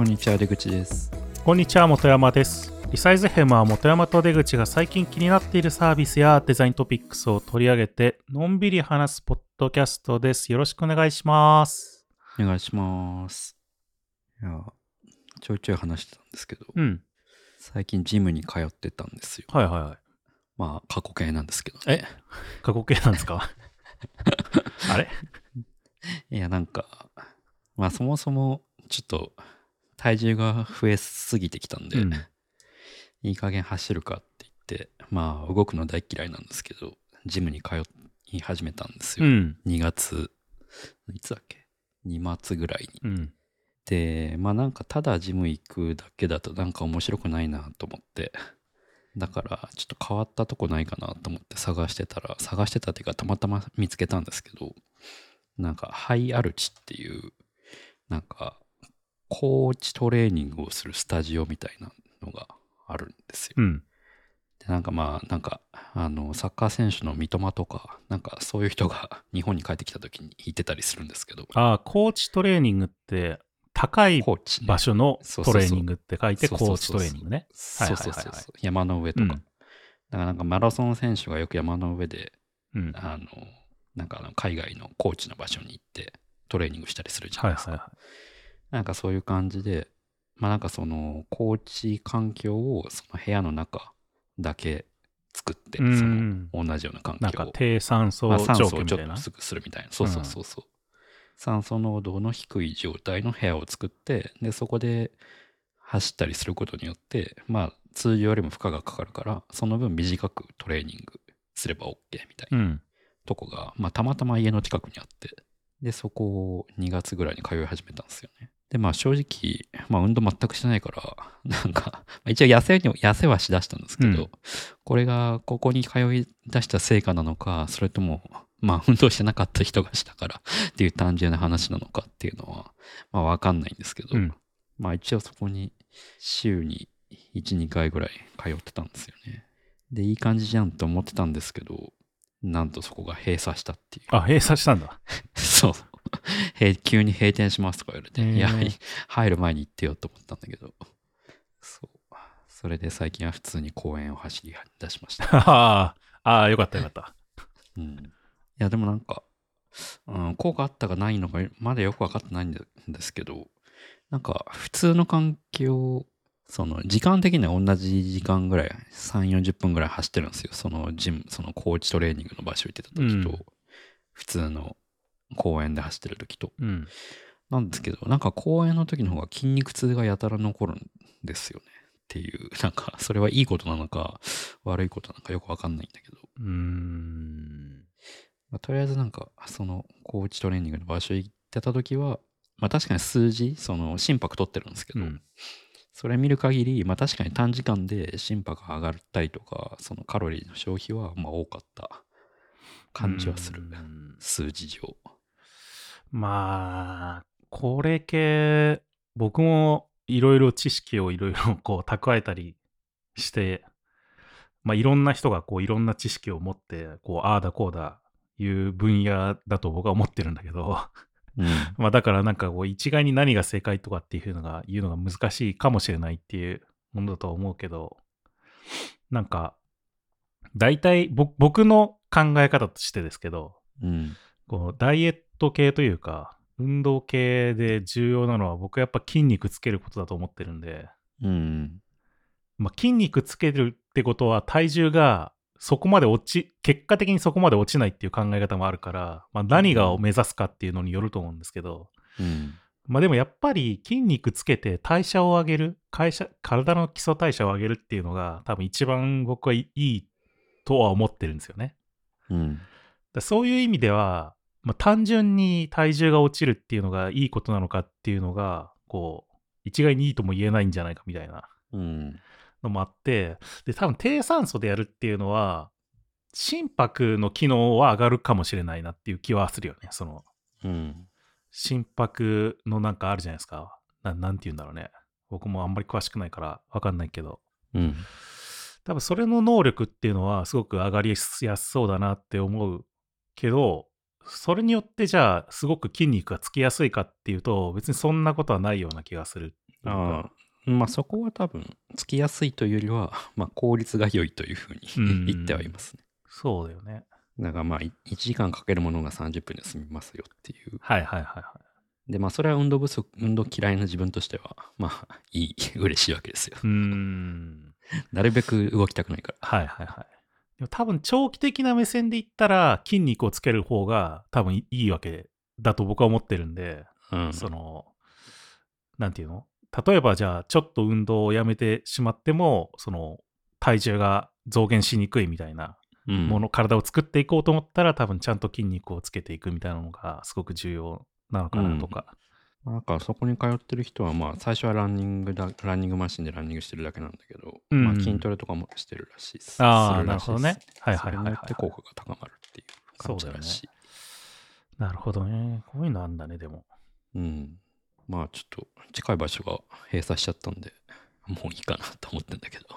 こんにちは、出口です。 こんにちは、本山です。リサイズヘムは本山と出口が最近気になっているサービスやデザイントピックスを取り上げてのんびり話すポッドキャストです。よろしくお願いします。 お願いします。いや、ちょいちょい話してたんですけど、最近ジムに通ってたんですよ。 はいはいはい。 まあ、過去形なんですけど、 ね。過去形なんですかあれいや、なんか、まあそもそもちょっと体重が増えすぎてきたんで、いい加減走るかって言って、まあ動くの大嫌いなんですけど、ジムに通い始めたんですよ。2月、いつだっけ ?2 月ぐらいに。で、まあなんかただジム行くだけだとなんか面白くないなと思って、だからちょっと変わったとこないかなと思って探してたっていうかたまたま見つけたんですけど、なんかハイアルチっていうなんかコーチトレーニングをするスタジオみたいなのがあるんですよ。でなんかまあなんかサッカー選手の三笘とかなんかそういう人が日本に帰ってきた時に行ってたりするんですけど、 コーチトレーニングって高い場所のトレーニングって書いてコーチトレーニングね。 そうそうそう、山の上とか、だからなんかマラソン選手がよく山の上で、なんか海外のコーチの場所に行ってトレーニングしたりするじゃないですか。なんかそういう感じで、まあなんかそのコーチ環境をその部屋の中だけ作って、その同じような環境を。 なんか低酸素状況みたいな。 酸素をちょっと薄くするみたいな。そうそうそうそう。酸素濃度の低い状態の部屋を作って、で、そこで走ったりすることによって、まあ通常よりも負荷がかかるから、その分短くトレーニングすれば OK みたいなとこが、まあたまたま家の近くにあって、で、そこを2月ぐらいに通い始めたんですよね。で、まあ正直、まあ運動全くしてないから、なんか、一応痩せはしだしたんですけど、これがここに通い出した成果なのか、それとも、まあ運動してなかった人がしたからっていう単純な話なのかっていうのは、まあわかんないんですけど、まあ一応そこに週に1、2回ぐらい通ってたんですよね。で、いい感じじゃんと思ってたんですけど、なんとそこが閉鎖したっていう。 あ、閉鎖したんだ。 そう。急に閉店しますとか言われて、いや、入る前に行ってよと思ったんだけど、そう。それで最近は普通に公園を走り出しました。 ああ、よかったよかった。 いや、でもなんか、効果あったかないのか、まだよく分かってないんですけど、なんか、普通の環境、その、時間的には同じ時間ぐらい、3、40分ぐらい走ってるんですよ。そのジム、そのコーチトレーニングの場所行ってた時と、普通の公園で走ってる時と。なんですけど、なんか公園の時の方が筋肉痛がやたら残るんですよね。っていう、なんか、それはいいことなのか、悪いことなのかよくわかんないんだけど。まあ、とりあえずなんか、そのコーチトレーニングの場所行ってた時は、まあ確かに数字、その心拍取ってるんですけど、それ見る限り、まあ確かに短時間で心拍が上がったりとか、そのカロリーの消費はまあ多かった感じはする。数字上。 まあ、これ系、僕もいろいろ知識をいろいろこう蓄えたりして、まあいろんな人がこういろんな知識を持って、こうああだこうだいう分野だと僕は思ってるんだけど、まあだからなんかこう一概に何が正解とかっていうのが言うのが難しいかもしれないっていうものだとは思うけど、なんか大体僕の考え方としてですけど、こうダイエット系というか運動系で重要なのは僕はやっぱ筋肉つけることだと思ってるんで、まあ、筋肉つけるってことは体重がそこまで結果的にそこまで落ちないっていう考え方もあるから、まあ、何がを目指すかっていうのによると思うんですけど、まあでもやっぱり筋肉つけて代謝を上げる、体の基礎代謝を上げるっていうのが多分一番僕はいいとは思ってるんですよね。そういう意味では、まあ、単純に体重が落ちるっていうのがいいことなのかっていうのが、こう、一概にいいとも言えないんじゃないかみたいなのもあって、で、多分低酸素でやるっていうのは、心拍の機能は上がるかもしれないなっていう気はするよね。その、心拍のなんかあるじゃないですか。なんて言うんだろうね。僕もあんまり詳しくないからわかんないけど。多分それの能力っていうのはすごく上がりやすそうだなって思うけど、それによってじゃあすごく筋肉がつきやすいかっていうと別にそんなことはないような気がするああ、まあそこは多分、つきやすいというよりは、まあ効率が良いというふうに言ってはいますね。 そうだよね。 だからまあ1時間かけるものが30分で済みますよっていう。 はいはいはいはい。 で、まあそれは運動嫌いな自分としては、まあ嬉しいわけですよ。なるべく動きたくないから。 はいはいはい。でも多分長期的な目線で言ったら筋肉をつける方が多分いいわけだと僕は思ってるんで、その、なんていうの？例えばじゃあちょっと運動をやめてしまっても、その体重が増減しにくいみたいなもの、体を作っていこうと思ったら多分ちゃんと筋肉をつけていくみたいなのがすごく重要なのかなとか。 なんかそこに通ってる人はまあ最初はランニングマシンでランニングしてるだけなんだけど、まあ筋トレとかもしてるらしいです。 ああ、なるほどね。はいはいはい、はい。 それによって効果が高まるっていう感じらしい。 なるほどね。こういうのあんだね、でも。 まあちょっと近い場所が閉鎖しちゃったんで、もういいかなと思ってんだけど。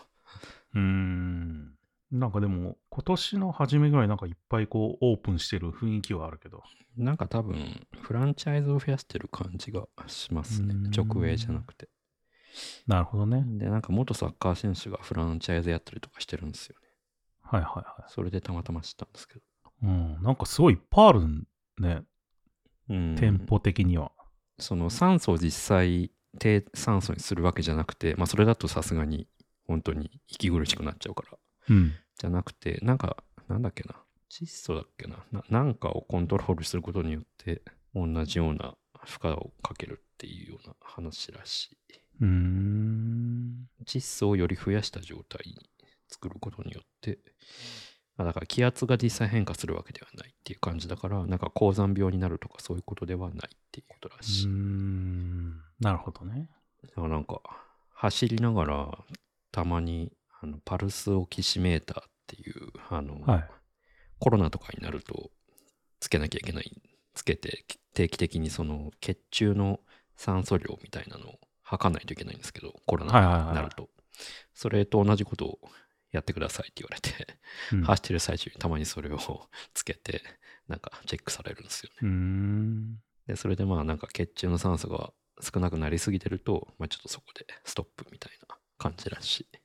なんかでも今年の初めぐらいなんかいっぱいこうオープンしてる雰囲気はあるけど。 なんか多分フランチャイズを増やしてる感じがしますね。直営じゃなくて。 なるほどね。 で、なんか元サッカー選手がフランチャイズやったりとかしてるんですよね。 はいはいはい。 それでたまたま知ったんですけど。 なんかすごいいっぱいあるね。店舗的には。 その酸素を実際低酸素にするわけじゃなくて、まあそれだとさすがに本当に息苦しくなっちゃうから。じゃなくて、なんだっけな。窒素だっけな。なんかをコントロールすることによって同じような負荷をかけるっていうような話らしい。窒素をより増やした状態に作ることによって、だから気圧が実際変化するわけではないっていう感じだから、なんか高山病になるとかそういうことではないっていうことらしい。 なるほどね。 なんか走りながらたまにパルスオキシメーターっていうコロナとかになるとつけなきゃいけない、つけて定期的にその血中の酸素量みたいなのを測らないといけないんですけど、コロナになると、それと同じことをやってくださいって言われて、走ってる最中にたまにそれをつけてなんかチェックされるんですよね。でそれでまあなんか血中の酸素が少なくなりすぎてると、まあ、ちょっとそこでストップみたいな感じらしい。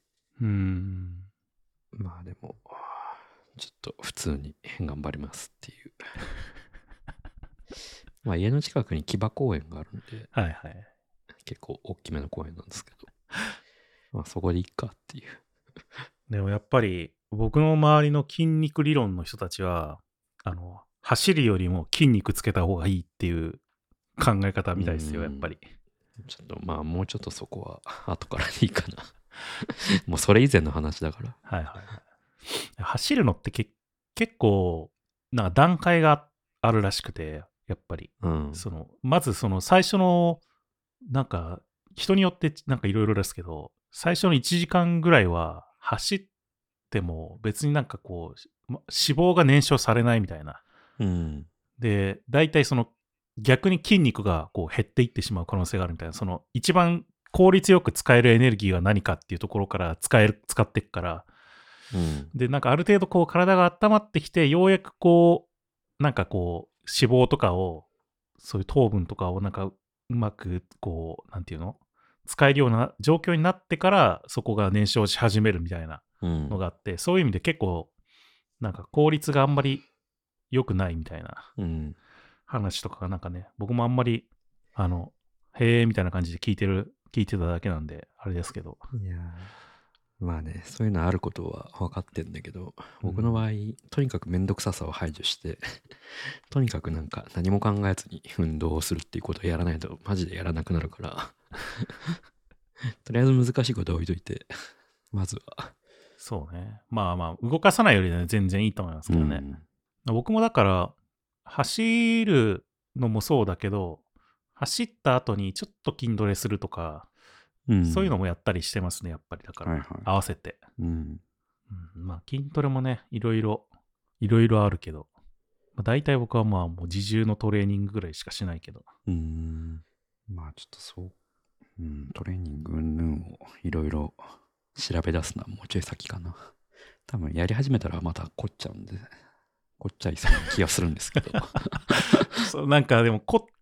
まあでもちょっと普通に頑張りますっていう。まあ家の近くに木場公園があるんで、結構大きめの公園なんですけど、まあそこでいいかっていう。 でもやっぱり僕の周りの筋肉理論の人たちは、走るよりも筋肉つけた方がいいっていう考え方みたいですよ、やっぱり。 ちょっとまあもうちょっとそこは後からでいいかな。もうそれ以前の話だから。 走るのって結構なんか段階があるらしくて、やっぱり、まずその最初のなんか人によってなんかいろいろですけど、最初の1時間ぐらいは走っても別になんかこう脂肪が燃焼されないみたいな。で、大体その逆に筋肉がこう減っていってしまう可能性があるみたいな、その一番効率よく使えるエネルギーは何かっていうところから使っていくから、でなんかある程度こう体が温まってきて、ようやくこうなんかこう脂肪とかを、そういう糖分とかをなんかうまくこうなんていうの、使えるような状況になってからそこが燃焼し始めるみたいなのがあって、そういう意味で結構なんか効率があんまり良くないみたいな話とかがなんかね、僕もあんまりへえみたいな感じで聞いてただけなんであれですけど。 いやまあね、そういうのあることは分かってんだけど、僕の場合とにかくめんどくささを排除してとにかくなんか何も考えずに運動をするっていうことをやらないとマジでやらなくなるからとりあえず難しいことは置いといてまずはそうね、まあ動かさないよりね全然いいと思いますけどね、僕もだから走るのもそうだけど、走った後にちょっと筋トレするとか、そういうのもやったりしてますね、やっぱり。だから、合わせて。まあ、筋トレもね、いろいろあるけど、大体僕はまあ、もう自重のトレーニングぐらいしかしないけど。 まあ、ちょっとそう、トレーニングをいろいろ調べ出すのはもうちょい先かな。多分やり始めたらまた凝っちゃうんで、凝っちゃいそうな気がするんですけど。 そうなんかでも凝っ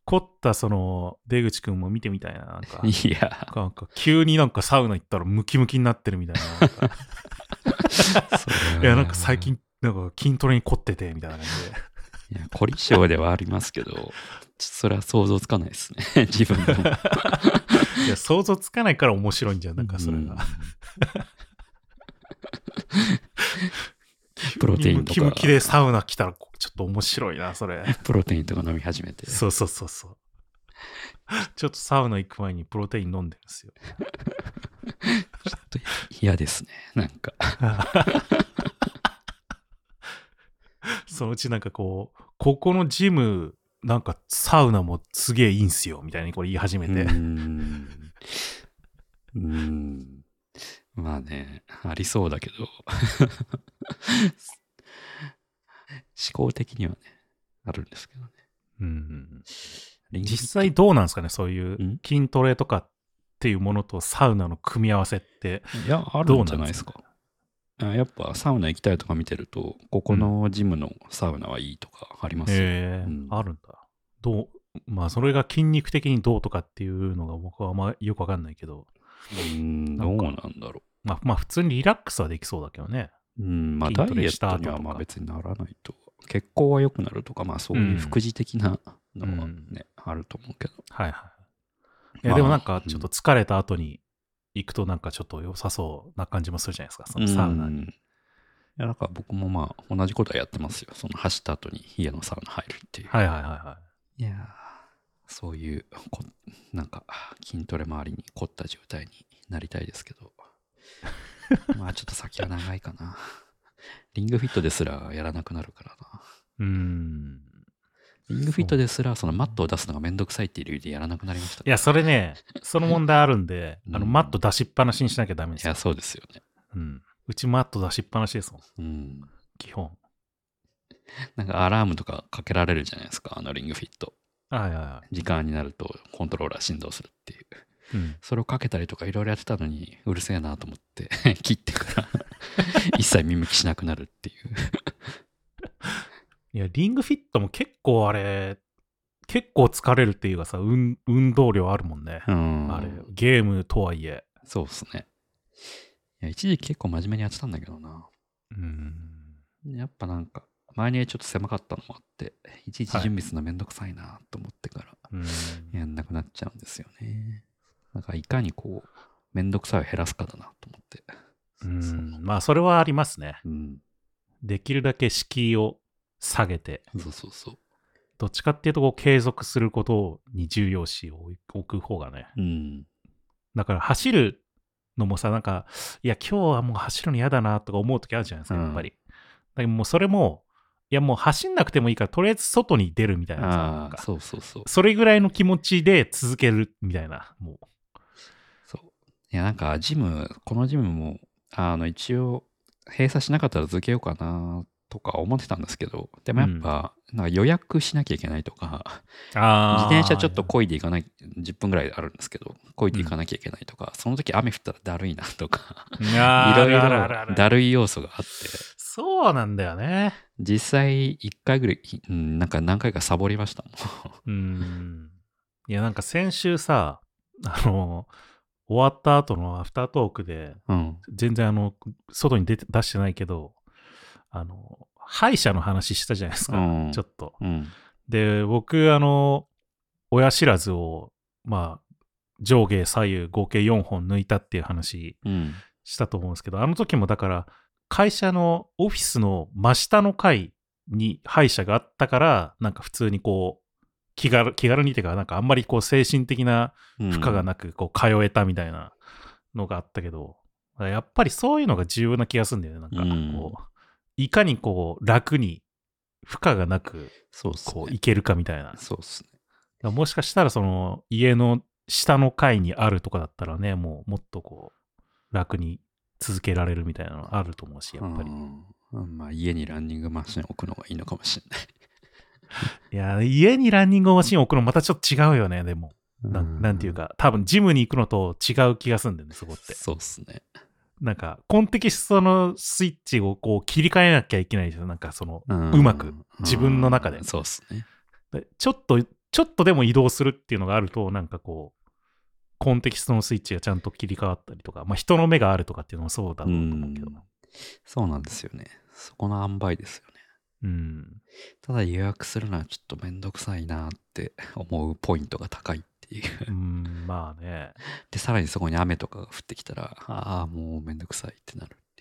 凝ったその出口くんも見てみたいな。なんかいや、 なんか急になんかサウナ行ったらムキムキになってるみたいな。なんかいや、なんか最近なんか筋トレに凝っててみたいな感じで。 いや、凝り性ではありますけど、それは想像つかないですね。自分でも。 いや、想像つかないから面白いんじゃん、なんかそれが。 プロテインとか。 ムキムキでサウナ来たらちょっと面白いな、それ。 プロテインとか飲み始めて。 そう。ちょっとサウナ行く前にプロテイン飲んでるんですよ。 ちょっと嫌ですね、なんか。 そのうちなんかここのジム、なんかサウナもすげえいいんすよ、みたいにこれ言い始めて。 まあね、ありそうだけど。思考的にはね、あるんですけどね。 実際どうなんですかね、そういう筋トレとかっていうものとサウナの組み合わせって。 いや、あるんじゃないですか。やっぱサウナ行きたいとか見てると、ここのジムのサウナはいいとかありますよ。 あるんだ。まあそれが筋肉的にどうとかっていうのが僕はあんまよくわかんないけど。 どうなんだろう。まあ普通にリラックスはできそうだけどね。 まあダイエットにはまあ別にならないと。血行は良くなるとか、まあそういう副次的なのはね、あると思うけど。 はいはい。いやでもなんかちょっと疲れた後に行くとなんかちょっと良さそうな感じもするじゃないですか、そのサウナに。 いや、なんか僕もまあ同じことはやってますよ。その走った後に家のサウナ入るっていう。いやそういうなんか筋トレ周りに凝った状態になりたいですけど。まあちょっと先は長いかな。リングフィットですらやらなくなるからな。リングフィットですらそのマットを出すのがめんどくさいっていう理由でやらなくなりました。 いや、それね、その問題あるんで、マット出しっぱなしにしなきゃダメですよ。 いや、そうですよね。 うちマット出しっぱなしですもん。 基本。 なんかアラームとかかけられるじゃないですか、あのリングフィット。時間になるとコントローラー振動するっていう。それをかけたりとかいろいろやってたのにうるせえなと思って切ってから一切見向きしなくなるっていう。 いや、リングフィットも結構結構疲れるっていうかさ、運動量あるもんね。あれ、ゲームとはいえ。 そうっすね。いや、一時期結構真面目にやってたんだけどな。やっぱなんか、前にちょっと狭かったのもあって、いちいち準備するのめんどくさいなと思ってから、やんなくなっちゃうんですよね。なんかいかにこう、めんどくさいを減らすかだなと思って。 まあ、それはありますね。できるだけ敷居を下げて。どっちかっていうと、継続することに重要視を置く方がね。だから走るのもさ、なんか、いや、今日はもう走るの嫌だなとか思う時あるじゃないですか、やっぱり。だけどもうそれも、いやもう走んなくてもいいから、とりあえず外に出るみたいなさ。それぐらいの気持ちで続けるみたいな、もう。 いや、なんかこのジムも、一応、閉鎖しなかったら続けようかなとか思ってたんですけど、でもやっぱ、なんか予約しなきゃいけないとか、自転車ちょっと漕いでいかない、10分ぐらいあるんですけど、漕いでいかなきゃいけないとか、その時雨降ったらだるいなとか、いろいろだるい要素があって。 そうなんだよね。 実際1回ぐらい、なんか何回かサボりましたもん。いや、なんか先週さ、終わった後のアフタートークで、全然外に出してないけど、歯医者の話したじゃないですか、ちょっと。で、僕、親知らずを、まあ、上下左右合計4本抜いたっていう話したと思うんですけど、あの時もだから、会社のオフィスの真下の階に歯医者があったから、なんか普通にこう、気軽にっていうか、なんかあんまりこう精神的な負荷がなくこう通えたみたいなのがあったけど、やっぱりそういうのが重要な気がするんだよね。なんかこう、いかにこう楽に負荷がなくこういけるかみたいな。 そうですね。もしかしたらその家の下の階にあるとかだったらね、もっとこう楽に続けられるみたいなのあると思うし、やっぱり。 まあ家にランニングマシン置くのがいいのかもしれない。 いや、家にランニングマシン置くのまたちょっと違うよね、でも。なんていうか、多分ジムに行くのと違う気がするんだよね、そこって。 そうっすね。 なんか、コンテキストのスイッチをこう切り替えなきゃいけないですよ。なんかその、うまく、自分の中で。 そうっすね。 ちょっちょっとでも移動するっていうのがあると、なんかこう、コンテキストのスイッチがちゃんと切り替わったりとか、まあ人の目があるとかっていうのもそうだろうと思うけど。 そうなんですよね。そこの塩梅ですよね。 うん。 ただ予約するのはちょっとめんどくさいなって思うポイントが高いっていうまあね。 で、さらにそこに雨とかが降ってきたら、ああ、もうめんどくさいってなるっていう。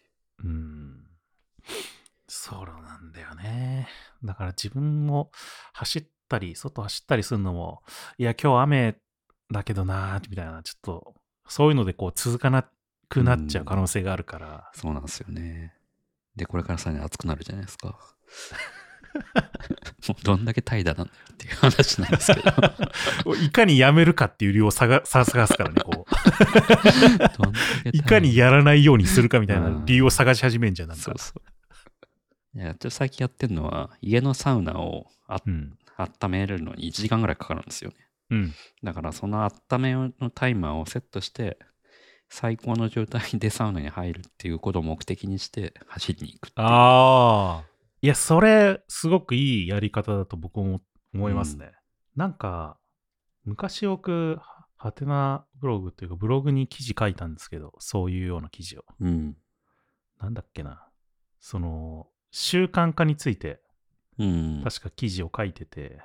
そうなんだよね。だから自分も外走ったりするのも、いや、今日雨だけどなーみたいな、ちょっと、そういうのでこう続かなくなっちゃう可能性があるから。 そうなんですよね。で、これからさらに暑くなるじゃないですか。もうどんだけ怠惰なんだよっていう話なんですけど。 いかにやめるかっていう理由を探すからね、こう。いかにやらないようにするかみたいな理由を探し始めんじゃん、なんか。 そうそう。いや、最近やってるのは、家のサウナを温めるのに1時間ぐらいかかるんですよね。だからその温めのタイマーをセットして、最高の状態でサウナに入るっていうことを目的にして走りに行くっていう。 ああ。いや、それ、すごくいいやり方だと僕も思いますね。なんか、昔よく、ハテナブログというか、ブログに記事書いたんですけど、そういうような記事を。なんだっけな。その、習慣化について、確か記事を書いてて、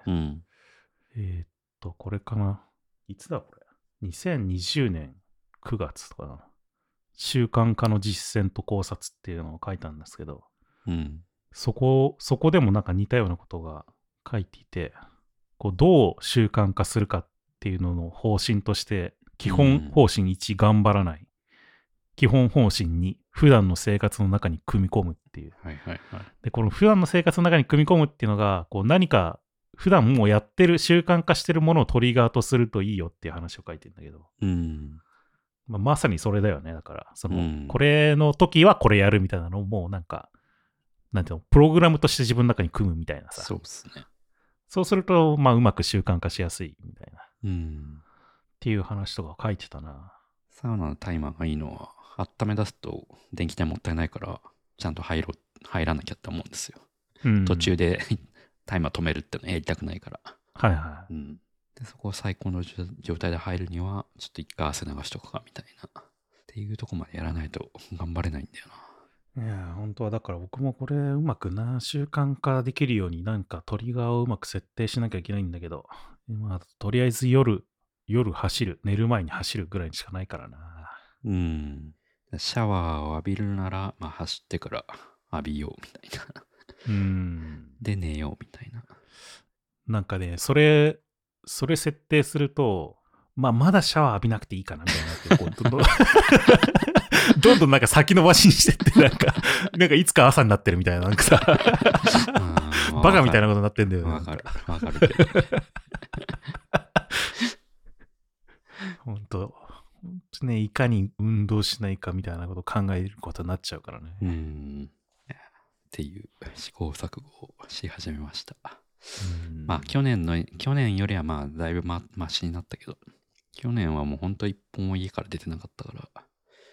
これかな。いつだこれ。2020年9月とかな。習慣化の実践と考察っていうのを書いたんですけど、そこでもなんか似たようなことが書いていて、こうどう習慣化するかっていうのの方針として、基本方針1、頑張らない。基本方針2、普段の生活の中に組み込むっていう。で、この普段の生活の中に組み込むっていうのが、こう何か普段もうやってる、習慣化してるものをトリガーとするといいよっていう話を書いてるんだけど、まさにそれだよね。だから、これの時はこれやるみたいなのをもうなんか、なんていうの、プログラムとして自分の中に組むみたいなさ。 そうですね。 そうすると、まあ、うまく習慣化しやすいみたいな。っていう話とか書いてたな。 サウナのタイマーがいいのは、温め出すと電気代もったいないから、ちゃんと入らなきゃって思うんですよ。途中でタイマー止めるってのやりたくないから。でそこを最高の状態で入るには、ちょっと一回汗流しとくかみたいな。っていうとこまでやらないと頑張れないんだよな。いや、本当はだから僕もこれうまく習慣化できるようになんかトリガーをうまく設定しなきゃいけないんだけど、まあ、とりあえず夜走る、寝る前に走るぐらいにしかないからな。 シャワーを浴びるなら、まあ走ってから浴びようみたいな。で寝ようみたいな。 なんかね、それ設定すると、まだシャワー浴びなくていいかなみたいなって、どんどんなんか先延ばしにしてって、なんかいつか朝になってるみたいな、なんかさ、バカみたいなことになってんだよね。 わかるけど。 本当ね、いかに運動しないかみたいなことを考えることになっちゃうからね。 っていう試行錯誤をし始めました。まあ去年よりはまあだいぶマシになったけど、去年はもうほんと一本も家から出てなかったから。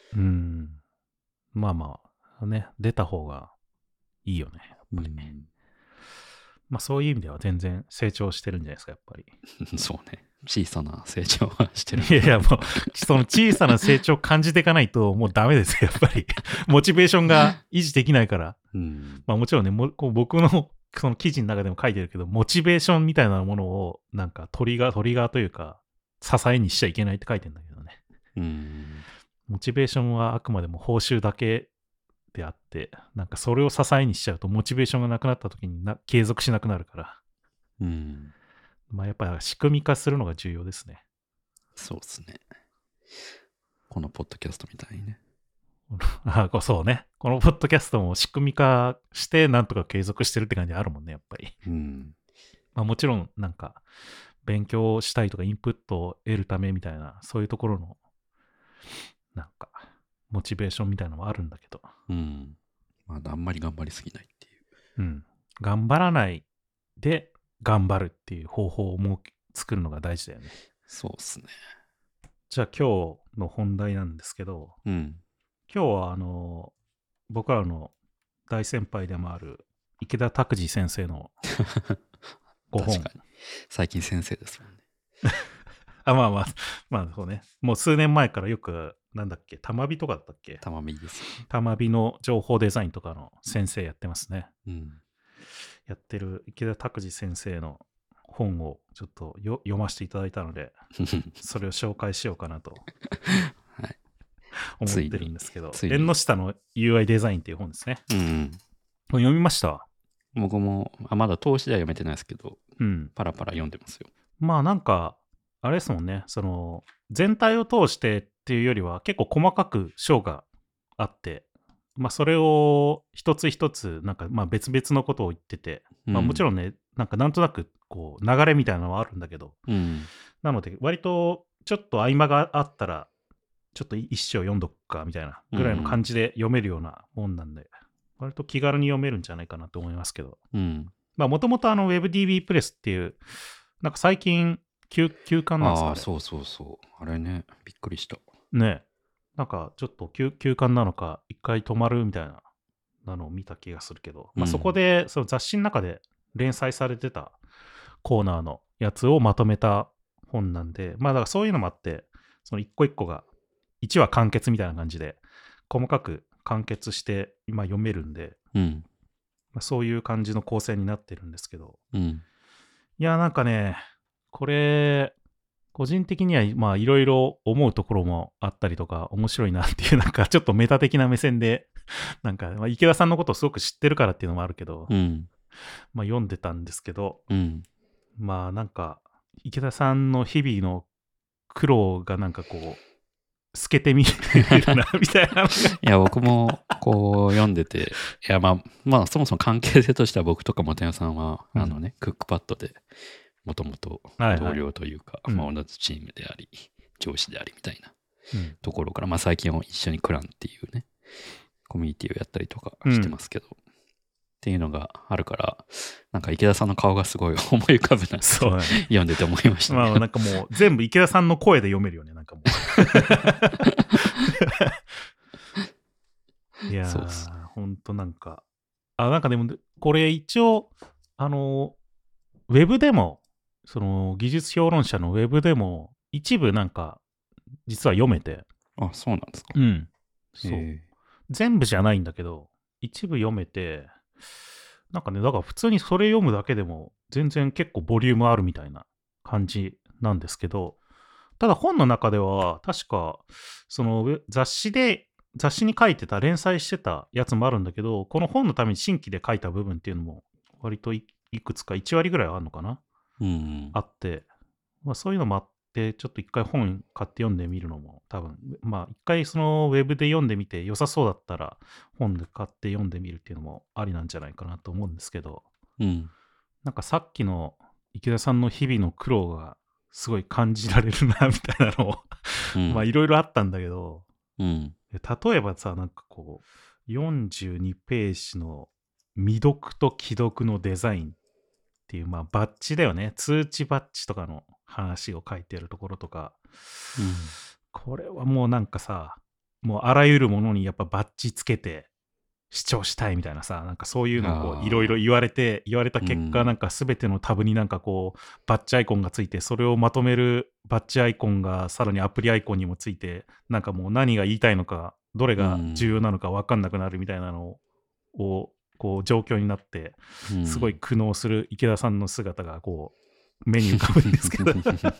まあね、出た方がいいよね、やっぱり。まあそういう意味では全然成長してるんじゃないですか、やっぱり。 そうね。小さな成長はしてる。 いやもう、その小さな成長を感じていかないともうダメですよ、やっぱり。モチベーションが維持できないから。まあもちろんね、こう僕のその記事の中でも書いてるけど、モチベーションみたいなものをなんかトリガーというか、支えにしちゃいけないって書いてるんだけどね。モチベーションはあくまでも報酬だけであって、なんかそれを支えにしちゃうとモチベーションがなくなった時に継続しなくなるから。まあやっぱり仕組み化するのが重要ですね。 そうですね。このポッドキャストみたいにね。 そうね。このポッドキャストも仕組み化してなんとか継続してるって感じあるもんね、やっぱり。まあもちろんなんか勉強したいとかインプットを得るためみたいな、そういうところのなんかモチベーションみたいなのもあるんだけど。 まだあんまり頑張りすぎないっていう。 頑張らないで頑張るっていう方法を作るのが大事だよね。 そうっすね。 じゃあ今日の本題なんですけど、今日は僕らの大先輩でもある池田拓司先生の 5本。 確かに。最近先生ですもんね。 まあそうね。もう数年前からよく、なんだっけ、たまびとかだったっけ？ たまみですよ。 たまびの情報デザインとかの先生やってますね。やってる池田拓司先生の本をちょっと読ませていただいたので、それを紹介しようかなとはい、 思ってるんですけど、 ついに縁の下の UI デザインっていう本ですね。これ読みました？ 僕もまだ投資では読めてないですけど、パラパラ読んでますよ。 まあなんか、あれですもんね、その全体を通してっていうよりは結構細かく章があって、まあそれを一つ一つなんかまあ別々のことを言ってて、まあもちろんね、なんとなくこう流れみたいなのはあるんだけど、なので割とちょっと合間があったらちょっと一章読んどくかみたいなぐらいの感じで読めるようなもんなんで、割と気軽に読めるんじゃないかなと思いますけど、まあもともとWebDB プレスっていうなんか最近休刊なんですかね。 そう。あれね、びっくりした。 ね。なんかちょっと休刊なのか、一回止まるみたいなのを見た気がするけど、まあそこでその雑誌の中で連載されてたコーナーのやつをまとめた本なんで、まあだからそういうのもあって、その一個一個が1話完結みたいな感じで、細かく完結して今読めるんで、まあ、そういう感じの構成になってるんですけど、いやなんかね、これ個人的にはまあいろいろ思うところもあったりとか面白いなっていうなんかちょっとメタ的な目線でなんか、まあ、池田さんのことをすごく知ってるからっていうのもあるけど、まあ読んでたんですけど、まあなんか池田さんの日々の苦労がなんかこう透けて見えるなみたいな。いや僕もこう読んでて、いやまあそもそも関係性としては僕とかもてなさんはクックパッドでもともと同僚というか、同じチームであり上司でありみたいなところから、まあ最近は一緒にクランっていうねコミュニティをやったりとかしてますけど、っていうのがあるから、なんか池田さんの顔がすごい思い浮かぶなと読んでて思いましたね。 まあなんかもう全部池田さんの声で読めるよね、なんかもう。いやー、ほんとなんか、なんかでもこれ一応ウェブでもその技術評論者のウェブでも一部なんか実は読めて。 あ、そうなんですか。 そう。全部じゃないんだけど、一部読めて、なんかね、だから普通にそれ読むだけでも全然結構ボリュームあるみたいな感じなんですけど、ただ本の中では確かその雑誌に書いてた連載してたやつもあるんだけど、この本のために新規で書いた部分っていうのも割といくつか1割ぐらいあるのかな、あって、まあ、そういうのもあってちょっと一回本買って読んでみるのも多分まあ一回そのウェブで読んでみて良さそうだったら本で買って読んでみるっていうのもありなんじゃないかなと思うんですけど、なんかさっきの池田さんの日々の苦労がすごい感じられるなみたいなのをまあいろいろあったんだけど、例えばさ、なんかこう42ページの未読と既読のデザインっていう、まあバッジだよね、通知バッジとかの話を書いてあるところとか、これはもうなんかさ、もうあらゆるものにやっぱバッジつけて主張したいみたいなさ、なんかそういうのをこういろいろ言われた結果、なんか全てのタブになんかこうバッジアイコンがついて、それをまとめるバッジアイコンがさらにアプリアイコンにもついて、なんかもう何が言いたいのかどれが重要なのか分かんなくなるみたいなのをこう状況になって、すごい苦悩する池田さんの姿がこう目に浮かぶんですけど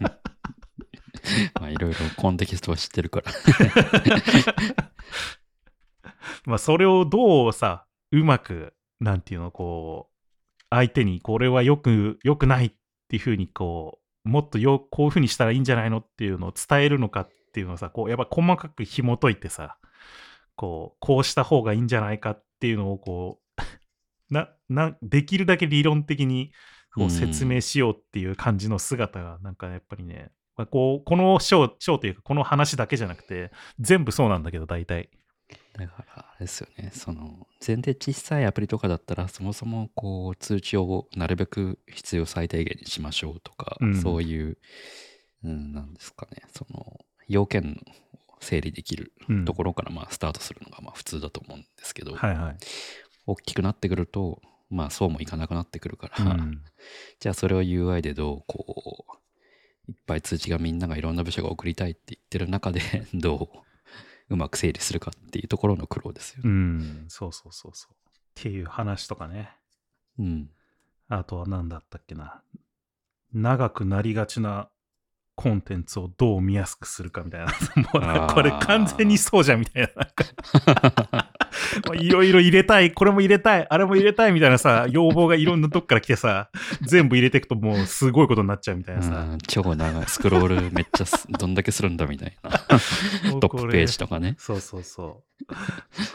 まあいろいろコンテキストは知ってるからまあそれをどうさ、うまくなんていうの、こう相手にこれはよくないっていうふうにこうもっとこういうふうにしたらいいんじゃないのっていうのを伝えるのかっていうのをさ、こうやっぱ細かく紐解いてさ、こうした方がいいんじゃないかっていうのをこうできるだけ理論的にこう説明しようっていう感じの姿がなんかやっぱりね、まあ、この章というかこの話だけじゃなくて全部そうなんだけど、大体だからあれですよね、その前提小さいアプリとかだったらそもそもこう通知をなるべく必要最低限にしましょうとか、そういう、なんですかね、その要件を整理できるところからまあスタートするのがまあ普通だと思うんですけど、大きくなってくるとまあそうもいかなくなってくるから、 うんじゃあそれを UI でどういっぱい通知がみんながいろんな部署が送りたいって言ってる中でどううまく整理するかっていうところの苦労ですようね。 ん、そうそうそうそう。っていう話とかね。 うん。 あとは何だったっけな。長くなりがちなコンテンツをどう見やすくするかみたいな。もうなんかこれ完全にそうじゃんみたいな。なんかいろいろ入れたい、これも入れたい、あれも入れたいみたいなさ、要望がいろんなとこから来てさ、全部入れていくともうすごいことになっちゃうみたいなさ。 超長い。スクロールめっちゃどんだけするんだみたいな。トップページとかね。 そうそうそう。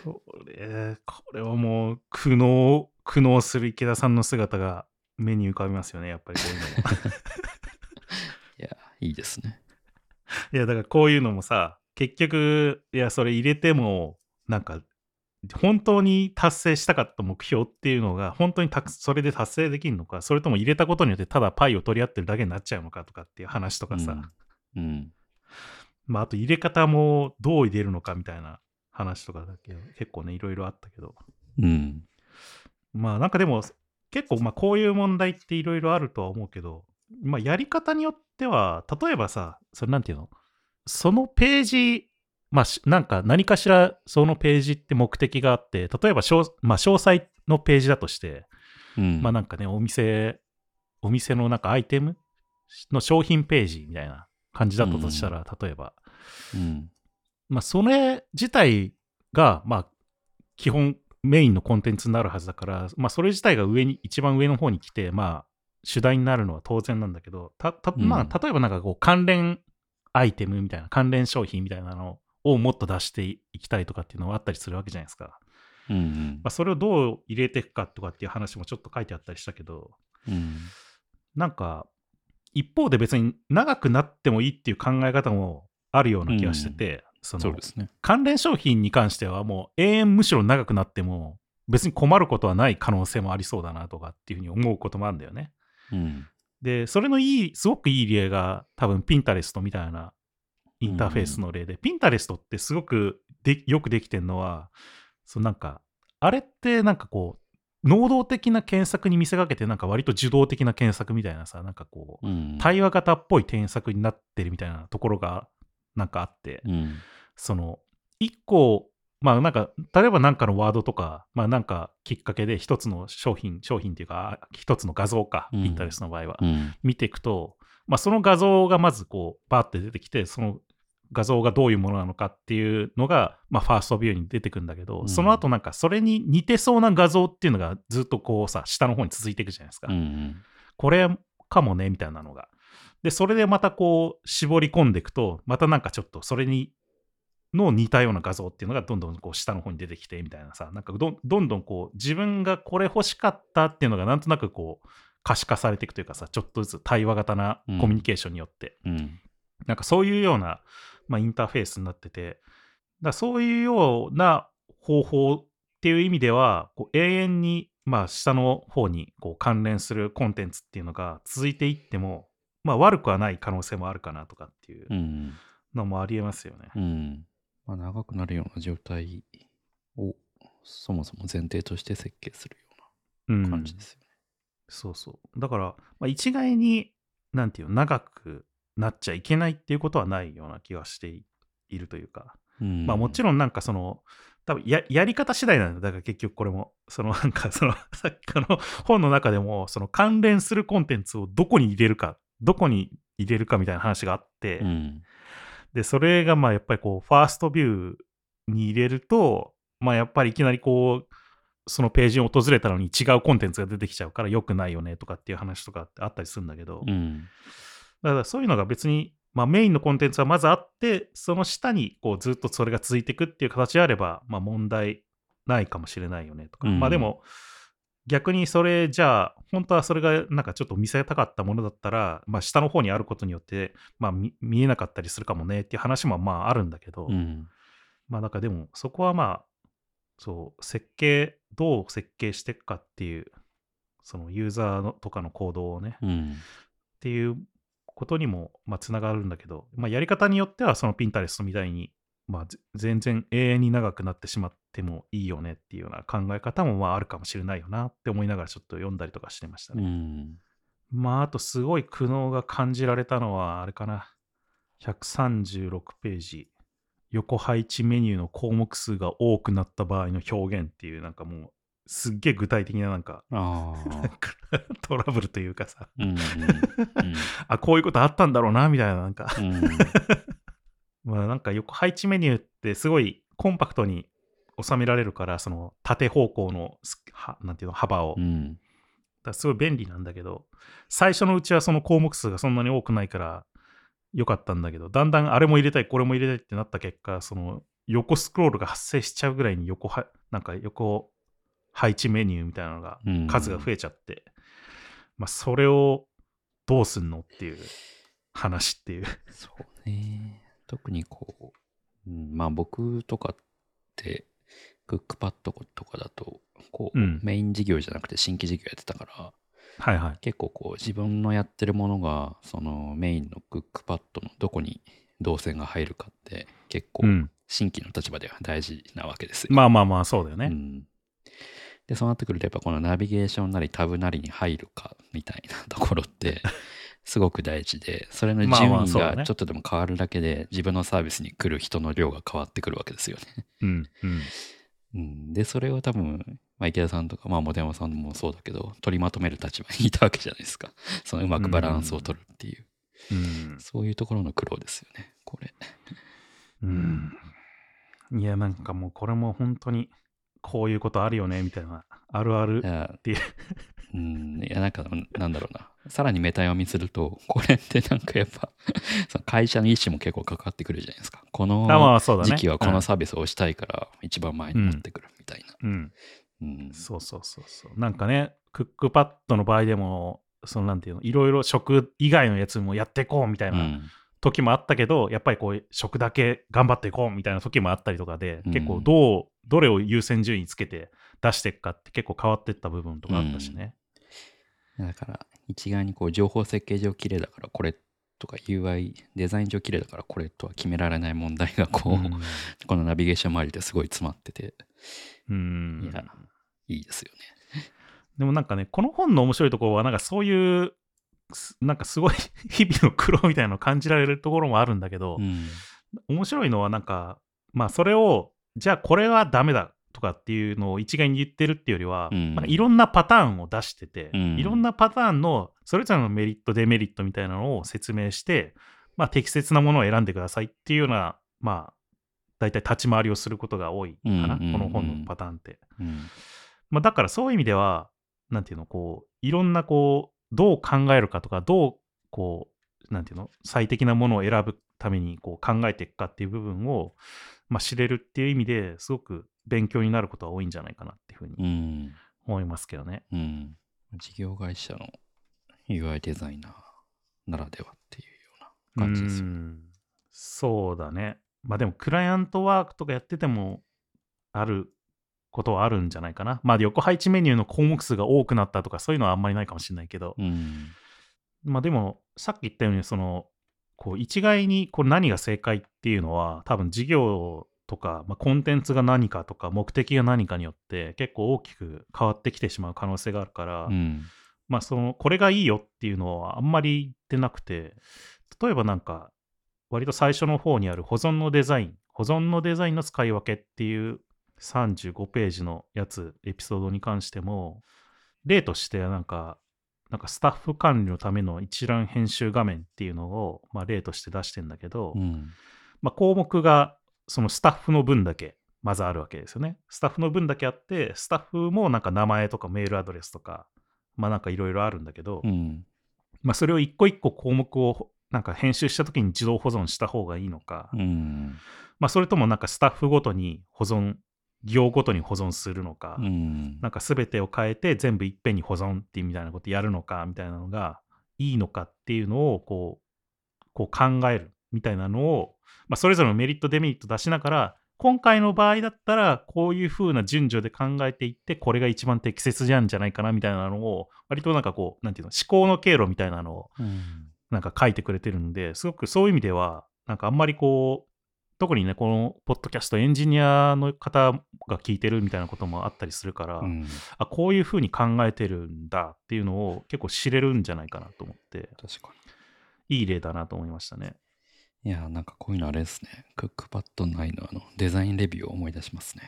これはもう苦悩する池田さんの姿が目に浮かびますよね、やっぱりこういうのも。 いや、いいですね。 いや、だからこういうのもさ、結局、いや、それ入れても、なんか、本当に達成したかった目標っていうのが、本当にそれで達成できるのか、それとも入れたことによってただパイを取り合ってるだけになっちゃうのかとかっていう話とかさ、 うん。 まあ、あと入れ方もどう入れるのかみたいな話とかだけど、結構ね、いろいろあったけど、 うん。 まあなんかでも、結構まあこういう問題っていろいろあるとは思うけど、まあやり方によっては、例えばさ、それなんていうの、そのページ、まあなんか何かしらそのページって目的があって、例えばまあ、詳細のページだとして、まあなんかね、お店のなんかアイテムの商品ページみたいな感じだったとしたら、例えば、まあそれ自体が、まあ基本メインのコンテンツになるはずだから、まあそれ自体が一番上の方に来て、まあ主題になるのは当然なんだけど、まあ例えばなんかこう関連アイテムみたいな、関連商品みたいなのをもっと出していきたいとかっていうのはあったりするわけじゃないですか。まあ、それをどう入れていくかとかっていう話もちょっと書いてあったりしたけど、なんか一方で別に長くなってもいいっていう考え方もあるような気がしてて、 そうですね。 関連商品に関してはもう永遠むしろ長くなっても別に困ることはない可能性もありそうだなとかっていうふうに思うこともあるんだよね。で、それのすごくいい例が多分 Pinterest みたいなインターフェースの例で、Pinterest ってすごくよくできてるのは、なんか、あれってなんかこう、能動的な検索に見せかけて、なんか割と受動的な検索みたいなさ、なんかこう、対話型っぽい検索になってるみたいなところがなんかあって、一個、まあなんか、例えばなんかのワードとか、まあなんかきっかけで一つの商品っていうか、一つの画像か、Pinterest の場合は、見ていくと、まあその画像がまずこう、バーって出てきて、その画像がどういうものなのかっていうのが、まあファーストビューに出てくるんだけど、その後なんかそれに似てそうな画像っていうのがずっとこうさ、下の方に続いていくじゃないですか。これかもね、みたいなのが。で、それでまたこう、絞り込んでいくと、またなんかちょっとそれに、似たような画像っていうのがどんどんこう下の方に出てきてみたいなさ、なんかどんどんこう自分がこれ欲しかったっていうのがなんとなくこう可視化されていくというかさ、ちょっとずつ対話型なコミュニケーションによって、なんかそういうような、まあ、インターフェースになってて、だそういうような方法っていう意味では、こう永遠にまあ下の方にこう関連するコンテンツっていうのが続いていっても、まあ悪くはない可能性もあるかなとかっていうのもありえますよね。 まあ、長くなるような状態をそもそも前提として設計するような感じですよね。 そうそう。だから、まあ、一概に、なんていうの、長くなっちゃいけないっていうことはないような気がしているというか、まあもちろんなんか多分やり方次第なんだ。だから結局これも、なんかさっきの本の中でも、関連するコンテンツをどこに入れるかみたいな話があって、で、それがまあやっぱりこう、ファーストビューに入れると、まあやっぱりいきなりこう、そのページに訪れたのに違うコンテンツが出てきちゃうから良くないよねとかっていう話とかってあったりするんだけど、だからそういうのが別に、まあメインのコンテンツはまずあって、その下にこうずっとそれが続いていくっていう形であれば、まあ問題ないかもしれないよねとか、まあでも、逆にそれじゃあ本当はそれがなんかちょっと見せたかったものだったら、まあ、下の方にあることによって、まあ、見えなかったりするかもねっていう話もまああるんだけど、まあなんかでもそこはまあそうどう設計していくかっていうそのユーザーとかの行動をね、っていうことにもまあつながるんだけど、まあ、やり方によってはそのPinterestみたいにまあ全然永遠に長くなってしまってもいいよねっていうような考え方もまああるかもしれないよなって思いながらちょっと読んだりとかしてましたね。まああとすごい苦悩が感じられたのはあれかな。136ページ。横配置メニューの項目数が多くなった場合の表現っていうなんかもうすっげえ具体的ななんかトラブルというかさ、あ、こういうことあったんだろうなみたいななんかまあなんか横配置メニューってすごいコンパクトに収められるから、その縦方向のなんていうの幅を、だすごい便利なんだけど、最初のうちはその項目数がそんなに多くないから良かったんだけど、だんだんあれも入れたいこれも入れたいってなった結果、その横スクロールが発生しちゃうぐらいになんか横配置メニューみたいなのが数が増えちゃって、まあそれをどうすんのっていう話っていう。 そうね。特にこう、まあ僕とかってクックパッドとかだとこう、メイン事業じゃなくて新規事業やってたから、 はいはい、 結構こう自分のやってるものがそのメインのクックパッドのどこに動線が入るかって結構新規の立場では大事なわけですよ。 まあまあまあそうだよね。 でそうなってくるとやっぱこのナビゲーションなりタブなりに入るかみたいなところってすごく大事で、それの順位がちょっとでも変わるだけで自分のサービスに来る人の量が変わってくるわけですよね。でそれを多分池田さんとか本山さんもそうだけど取りまとめる立場にいたわけじゃないですか。そのうまくバランスを取るっていう、そういうところの苦労ですよねこれ。 いやなんかもうこれも本当にこういうことあるよねみたいなあるあるっていういやなんかなんだろうな、さらにメタ読みするとこれってなんかやっぱその会社の意思も結構関わってくるじゃないですか。この時期はこのサービスをしたいから一番前に持ってくるみたいな。 そうなんかねクックパッドの場合でもそのなんていうのいろいろ食以外のやつもやっていこうみたいな時もあったけど、やっぱりこう食だけ頑張っていこうみたいな時もあったりとかで、結構どれを優先順位つけて出していくかって結構変わっていった部分とかあったしね。 だから一概にこう情報設計上綺麗だからこれとか UI デザイン上綺麗だからこれとは決められない問題がこのナビゲーション周りですごい詰まってて、いやいいですよね。 でもなんかねこの本の面白いところはなんかそういうなんかすごい日々の苦労みたいなのを感じられるところもあるんだけど、面白いのはなんかまあそれをじゃあこれはダメだとかっていうのを一概に言ってるっていうよりは、いろんなパターンを出してて、いろんなパターンのそれぞれのメリットデメリットみたいなのを説明して、まあ、適切なものを選んでくださいっていうようなまあ大体立ち回りをすることが多いかな、この本のパターンって。まあ、だからそういう意味ではなんていうのこういろんなこうどう考えるかとかどうこうなんていうの最適なものを選ぶためにこう考えていくかっていう部分を、まあ、知れるっていう意味ですごく勉強になることは多いんじゃないかなっていうふうに思いますけどね。 事業会社の UI デザイナーならではっていうような感じですよね。 そうだね。まあでもクライアントワークとかやっててもあることはあるんじゃないかな。まあ横配置メニューの項目数が多くなったとかそういうのはあんまりないかもしれないけど、まあでもさっき言ったようにそのこう一概にこう何が正解っていうのは多分事業とか、まあ、コンテンツが何かとか目的が何かによって結構大きく変わってきてしまう可能性があるから、まあそのこれがいいよっていうのはあんまり言ってなくて、例えばなんか割と最初の方にある保存のデザインの使い分けっていう35ページのやつエピソードに関しても例としてなんかスタッフ管理のための一覧編集画面っていうのを、まあ、例として出してんだけど、まあ、項目がそのスタッフの分だけまずあるわけですよね。スタッフの分だけあってスタッフもなんか名前とかメールアドレスとかまあなんかいろいろあるんだけど、まあ、それを一個一個項目をなんか編集した時に自動保存した方がいいのか、まあ、それともなんかスタッフごとに行ごとに保存するのか、なんか全てを変えて全部いっぺんに保存っていうみたいなことやるのかみたいなのがいいのかっていうのをこう考えるみたいなのを、まあ、それぞれのメリットデメリット出しながら今回の場合だったらこういう風な順序で考えていってこれが一番適切なんじゃないかなみたいなのを割となんかこうなんていうの思考の経路みたいなのをなんか書いてくれてるんで、すごくそういう意味ではなんかあんまりこう特にね、このポッドキャストエンジニアの方が聞いてるみたいなこともあったりするから、あ、こういうふうに考えてるんだっていうのを結構知れるんじゃないかなと思って、 確かにいい例だなと思いましたね。 いや、なんかこういうのあれですね。クックパッド9のデザインレビューを思い出しますね。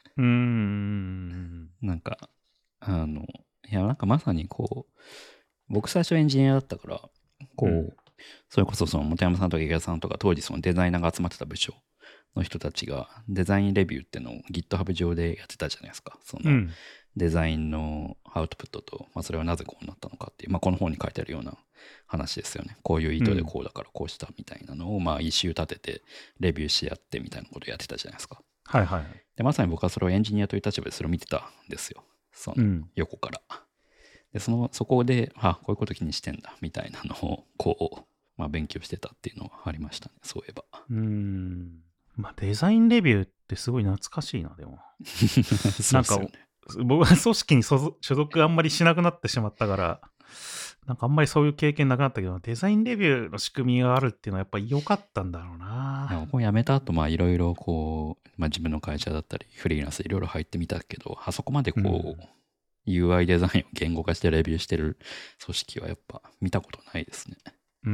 なんか、いや、なんかまさにこう、僕最初エンジニアだったから、こう、それこそその本山さんとか池田さんとか当時そのデザイナーが集まってた部署の人たちがデザインレビューっていうのを GitHub 上でやってたじゃないですか。そのデザインのアウトプットと、まあ、それはなぜこうなったのかっていう、まあ、この本に書いてあるような話ですよね。こういう意図でこうだからこうしたみたいなのを、まあイシュー立ててレビューし合ってみたいなことをやってたじゃないですか。 はいはい。 で、まさに僕はそれをエンジニアという立場でそれを見てたんですよ。その横から。で、そこで、あ、こういうこと気にしてんだみたいなのをこう、まあ、勉強してたっていうのはありましたね、そういえば。 まあ、デザインレビューってすごい懐かしいな、でも。 なんか、 僕は組織に所属あんまりしなくなってしまったから、なんかあんまりそういう経験なくなったけど、デザインレビューの仕組みがあるっていうのはやっぱり良かったんだろうな。 いや、僕も辞めた後、まあいろいろこう、まあ自分の会社だったり、フリーランスいろいろ入ってみたけど、あそこまでこう、UI デザインを言語化してレビューしてる組織はやっぱ見たことないですね。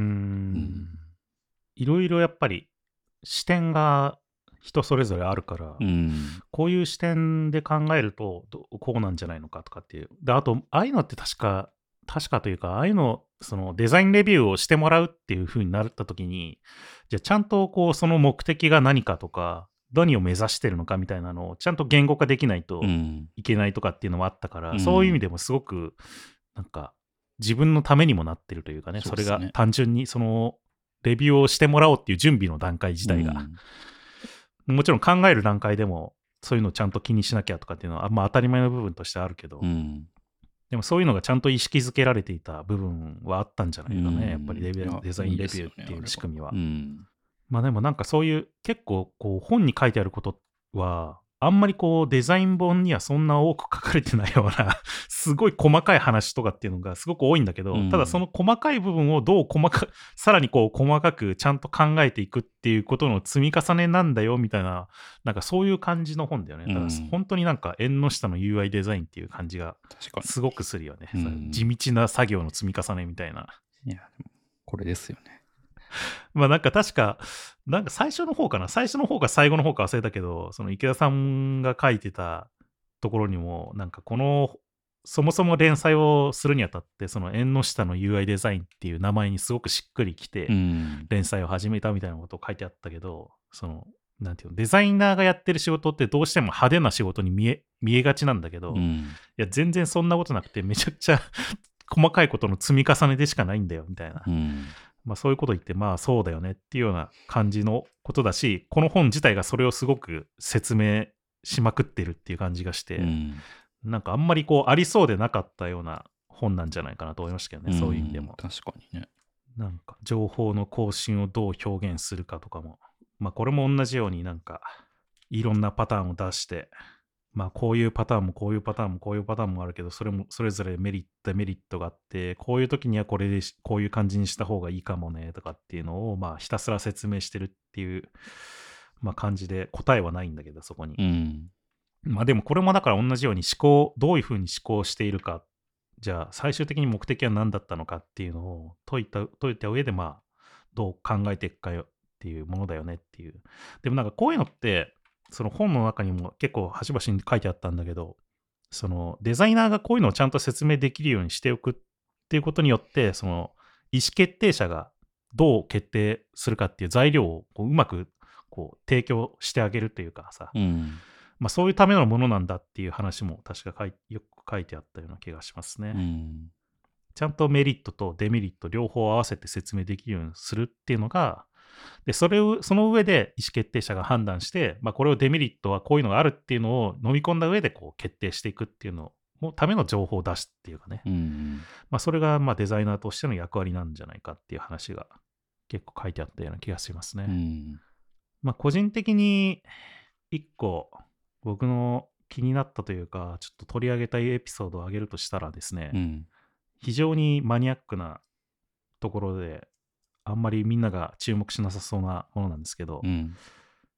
いろいろやっぱり視点が人それぞれあるから、こういう視点で考えるとこうなんじゃないのかとかっていう。で、あと、ああいうのって確かというか、ああいうの、そのデザインレビューをしてもらうっていう風になった時に、じゃあちゃんとこう、その目的が何かとか、何を目指してるのかみたいなのをちゃんと言語化できないといけないとかっていうのもあったから、そういう意味でもすごく、なんか、自分のためにもなってるというかね、それが単純にその、レビューをしてもらおうっていう準備の段階自体が、もちろん考える段階でもそういうのをちゃんと気にしなきゃとかっていうのは、まあ、当たり前の部分としてあるけど、でもそういうのがちゃんと意識づけられていた部分はあったんじゃないかね、やっぱりデザインレビューっていう仕組みは。まあでもなんかそういう結構こう本に書いてあることはあんまりこうデザイン本にはそんな多く書かれてないようなすごい細かい話とかっていうのがすごく多いんだけど、ただその細かい部分をどうさらにこう細かくちゃんと考えていくっていうことの積み重ねなんだよみたいな、なんかそういう感じの本だよね。だから本当になんか縁の下の UI デザインっていう感じがすごくするよね。地道な作業の積み重ねみたいな。 いや、でもこれですよね。 まあなんか確か、なんか最初の方か最後の方か忘れたけど、その池田さんが書いてたところにも、なんかそもそも連載をするにあたって、その縁の下の UI デザインっていう名前にすごくしっくりきて、連載を始めたみたいなことを書いてあったけど、その、なんていうの、デザイナーがやってる仕事ってどうしても派手な仕事に見えがちなんだけど、いや、全然そんなことなくて、めちゃくちゃ細かいことの積み重ねでしかないんだよ、みたいな。まあそういうこと言って、まあそうだよねっていうような感じのことだし、この本自体がそれをすごく説明しまくってるっていう感じがして、なんかあんまりこうありそうでなかったような本なんじゃないかなと思いましたけどね、そういう意味でも。 確かにね。 なんか情報の更新をどう表現するかとかも、まあこれも同じようになんかいろんなパターンを出して、まあこういうパターンもこういうパターンもこういうパターンもあるけど、それぞれメリットデメリットがあって、こういう時にはこれでこういう感じにした方がいいかもねとかっていうのをまあひたすら説明してるっていう、まあ、感じで、答えはないんだけどそこに、まあでもこれもだから同じようにどういうふうに思考しているか、じゃあ最終的に目的は何だったのかっていうのを解いた上で、まあどう考えていくかよっていうものだよねっていう。でもなんかこういうのってその本の中にも結構端々に書いてあったんだけど、そのデザイナーがこういうのをちゃんと説明できるようにしておくっていうことによって、その意思決定者がどう決定するかっていう材料をこううまくこう提供してあげるというかさ、まあそういうためのものなんだっていう話も確かよく書いてあったような気がしますね。ちゃんとメリットとデメリット両方合わせて説明できるようにするっていうのが、でその上で意思決定者が判断して、まあ、これをデメリットはこういうのがあるっていうのを飲み込んだ上でこう決定していくっていうののための情報を出すっていうかね、まあ、それがまあデザイナーとしての役割なんじゃないかっていう話が結構書いてあったような気がしますね。まあ、個人的に一個僕の気になったというかちょっと取り上げたいエピソードを挙げるとしたらですね、非常にマニアックなところであんまりみんなが注目しなさそうなものなんですけど、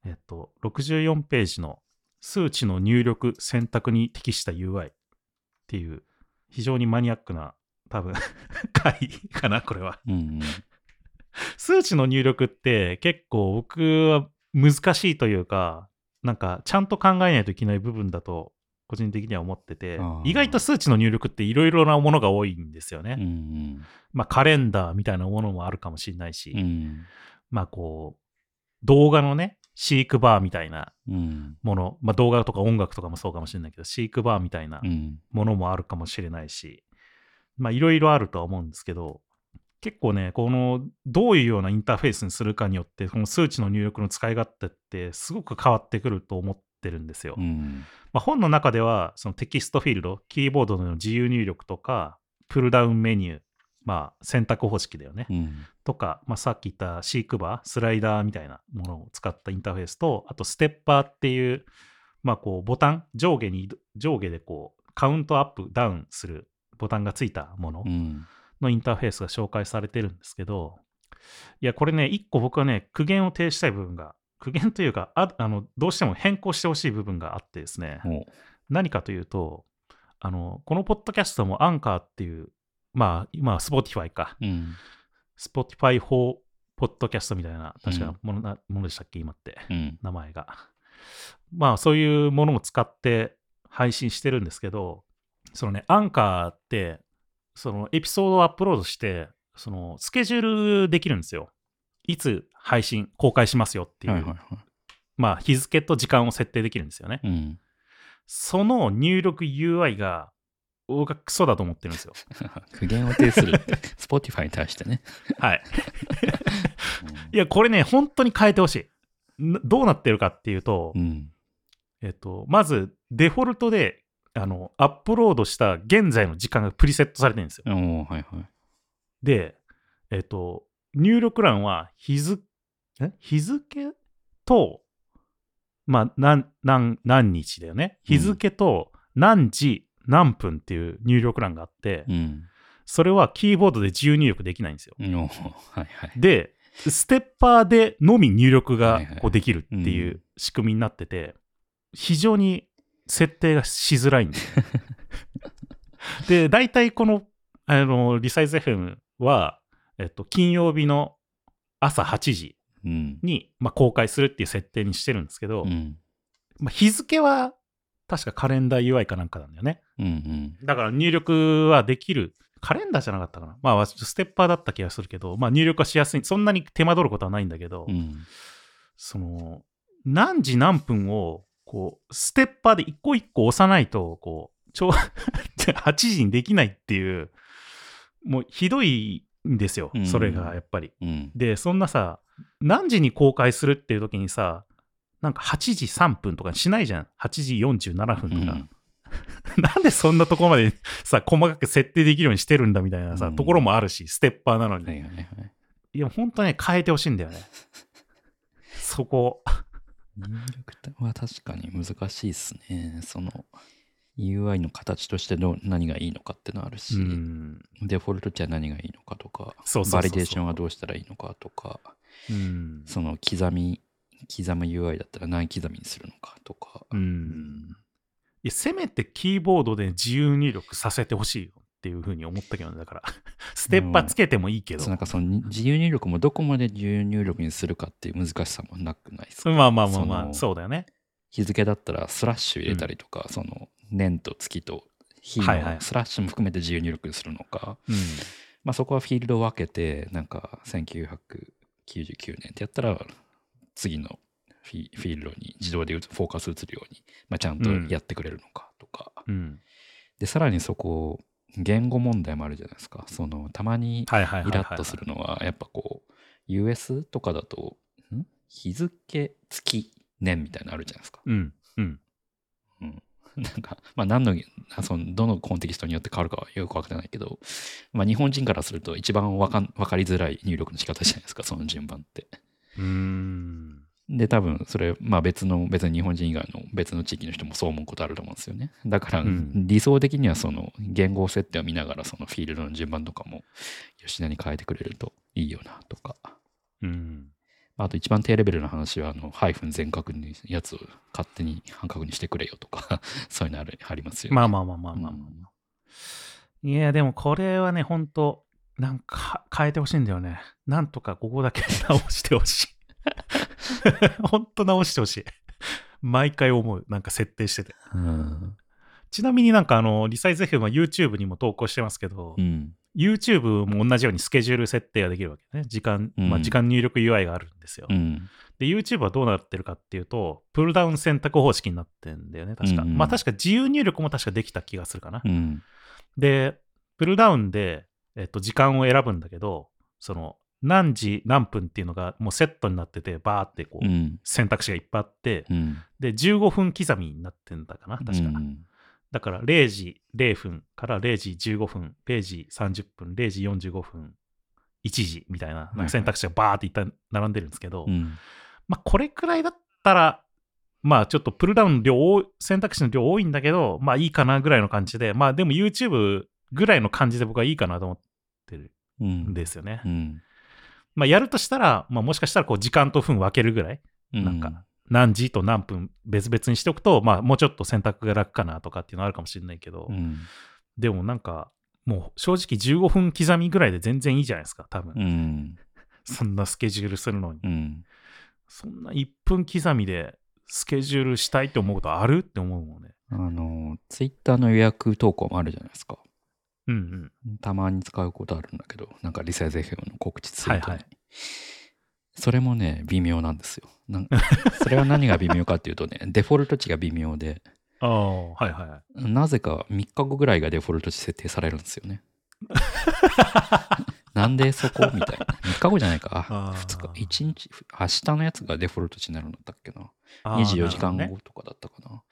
64ページの数値の入力選択に適した UI っていう非常にマニアックな多分回かなこれは、 うん、 数値の入力って結構僕は難しいというか、なんかちゃんと考えないといけない部分だと個人的には思ってて、意外と数値の入力っていろいろなものが多いんですよね、 うん、 まあカレンダーみたいなものもあるかもしれないし、 うん、 まあこう動画のねシークバーみたいなもの、まあ動画とか音楽とかもそうかもしれないけど、シークバーみたいなものもあるかもしれないし、まあいろいろあるとは思うんですけど、結構ね、このどういうようなインターフェースにするかによって、この数値の入力の使い勝手ってすごく変わってくると思ってるんですよ。まあ、本の中では、そのテキストフィールド、キーボードの自由入力とか、プルダウンメニュー、まあ選択方式だよね。とか、まあ、さっき言ったシークバー、スライダーみたいなものを使ったインターフェースと、あとステッパーっていう、まあこうボタン、上下でこうカウントアップ、ダウンするボタンがついたもの。のインターフェースが紹介されてるんですけど、いやこれね、一個僕はね苦言を呈したい部分が、苦言というかどうしても変更してほしい部分があってですね、何かというと、このポッドキャストもアンカーっていう、まあ今は Spotify か、Spotify for ポッドキャストみたいな確かものでしたっけ今って、名前が、まあそういうものを使って配信してるんですけど、そのねアンカーってそのエピソードをアップロードして、そのスケジュールできるんですよ。いつ配信、公開しますよっていう、まあ日付と時間を設定できるんですよね。その入力 UI が、僕はクソだと思ってるんですよ。 苦言を呈する。Spotify に対してね。 はい。いや、これね、本当に変えてほしい。どうなってるかっていうと、まずデフォルトで、アップロードした現在の時間がプリセットされてるんですよ。で、入力欄は日付と、まあ、何日だよね。日付と何時何分っていう入力欄があって、それはキーボードで自由入力できないんですよ。で、ステッパーでのみ入力がこうできるっていう仕組みになってて、非常に設定がしづらいんですよ。で、大体この、リサイズ FM は、金曜日の朝8時に、まあ、公開するっていう設定にしてるんですけど、まあ、日付は確かカレンダー UI かなんかなんだよね。だから入力はできる。カレンダーじゃなかったかな。まあ、ステッパーだった気がするけど、まあ、入力はしやすい。そんなに手間取ることはないんだけど、その、何時何分を、こう、ステッパーで一個一個押さないと、こう、8時にできないっていう、もうひどいんですよ、それがやっぱり。で、そんなさ、何時に公開するっていう時にさ、なんか8時3分とかにしないじゃん。8時47分とか。なんでそんなところまでさ、細かく設定できるようにしてるんだみたいなさ、ところもあるし、ステッパーなのに。いや、本当に変えてほしいんだよね。そこ。 入力は確かに難しいっすね。その UI の形として何がいいのかってのあるし、デフォルト値は何がいいのかとか、バリデーションはどうしたらいいのかとか、その刻む UI だったら何刻みにするのかとか。 いやせめてキーボードで自由入力させてほしいよっていうふうに思ったけどね。だからステッパーつけてもいいけど、 なんかその自由入力もどこまで自由入力にするかっていう難しさもなくないですか。 まあそうだよね。 日付だったらスラッシュ入れたりとか、その年と月と日のスラッシュも含めて自由入力にするのか、まあそこはフィールドを分けて、なんか1999年ってやったら次のフィールドに自動でフォーカス移るように、まあ、ちゃんとやってくれるのかとか、でさらにそこ言語問題もあるじゃないですか。そのたまにイラッとするのはやっぱこう US とかだと日付月年みたいなのあるじゃないですか。なんかまあどのコンテキストによって変わるかはよく分からないけど、まあ、日本人からすると一番分かりづらい入力の仕方じゃないですか、その順番って。で多分それまあ別に日本人以外の別の地域の人もそう思うことあると思うんですよね。だから理想的にはその言語設定を見ながらそのフィールドの順番とかも吉田に変えてくれるといいよなとか。 あと一番低レベルの話は、ハイフン全角にやつを勝手に半角にしてくれよとか、そういうのありますよね。 まあ。いや、でもこれはね、ほんと、なんか変えてほしいんだよね。なんとかここだけ直してほしい。ほんと直してほしい。毎回思う。なんか設定してて。ちなみになんかリサイズ F は YouTube にも投稿してますけど、YouTube も同じようにスケジュール設定ができるわけね。時間入力 UI があるんですよ。で、YouTube はどうなってるかっていうと、プルダウン選択方式になってんだよね、確か。まあ確か自由入力も確かできた気がするかな。で、プルダウンで、時間を選ぶんだけど、その、何時何分っていうのがもうセットになってて、バーってこう、選択肢がいっぱいあって、で、15分刻みになってんだかな、確か。だから0時0分から0時15分、0時30分、0時45分、1時みたいな選択肢がバーっていった並んでるんですけど、まあこれくらいだったら、まあちょっとプルダウンの選択肢の量多いんだけど、まあいいかなぐらいの感じで、まあでも YouTube ぐらいの感じで僕はいいかなと思ってるんですよね。まあやるとしたら、まあもしかしたらこう時間と分分けるぐらい、なんか何時と何分別々にしておくと、まあもうちょっと選択が楽かなとかっていうのはあるかもしれないけど、でもなんかもう正直15分刻みぐらいで全然いいじゃないですか、多分。そんなスケジュールするのに。そんな1分刻みでスケジュールしたいって思うことあるって思うもんね。 Twitter の予約投稿もあるじゃないですか。たまに使うことあるんだけど、なんかリサイズ FM の告知ツイートに。それもね、微妙なんですよ。それは何が微妙かっていうとね、デフォルト値が微妙で、なぜか3日後ぐらいがデフォルト値設定されるんですよね。なんでそこみたいな。3日後じゃないか。2日、1日、明日のやつがデフォルト値になるんだったっけな。24時間後とかだったかな。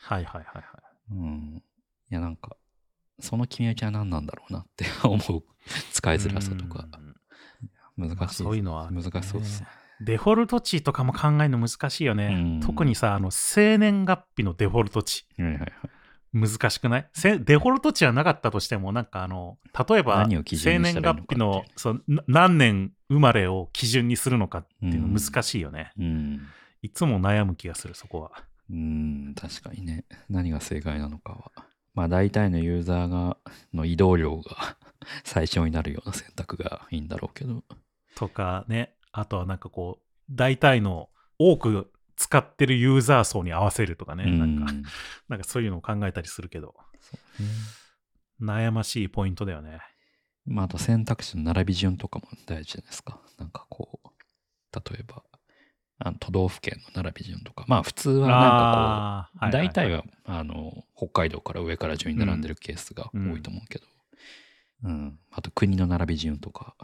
いや、なんか、その決め打ちは何なんだろうなって思う。使いづらさとか。難しい。 そういうのは難しそうですね。 デフォルト値とかも考えるの難しいよね。特にさ、生年月日のデフォルト値。難しくない？デフォルト値はなかったとしても、なんか例えば、生年月日の何年生まれを基準にするのかっていうの難しいよね。いつも悩む気がする、そこは。 確かにね。何が正解なのかは。まあ大体のユーザーの移動量が最小になるような選択がいいんだろうけど。 とかね。あとはなんかこう、大体の多く使ってるユーザー層に合わせるとかね。なんかそういうのを考えたりするけど。悩ましいポイントだよね。 まああと選択肢の並び順とかも大事じゃないですか。なんかこう、例えば、都道府県の並び順とか。まあ普通はなんかこう、大体は北海道から上から順に並んでるケースが多いと思うけど。あと国の並び順とか。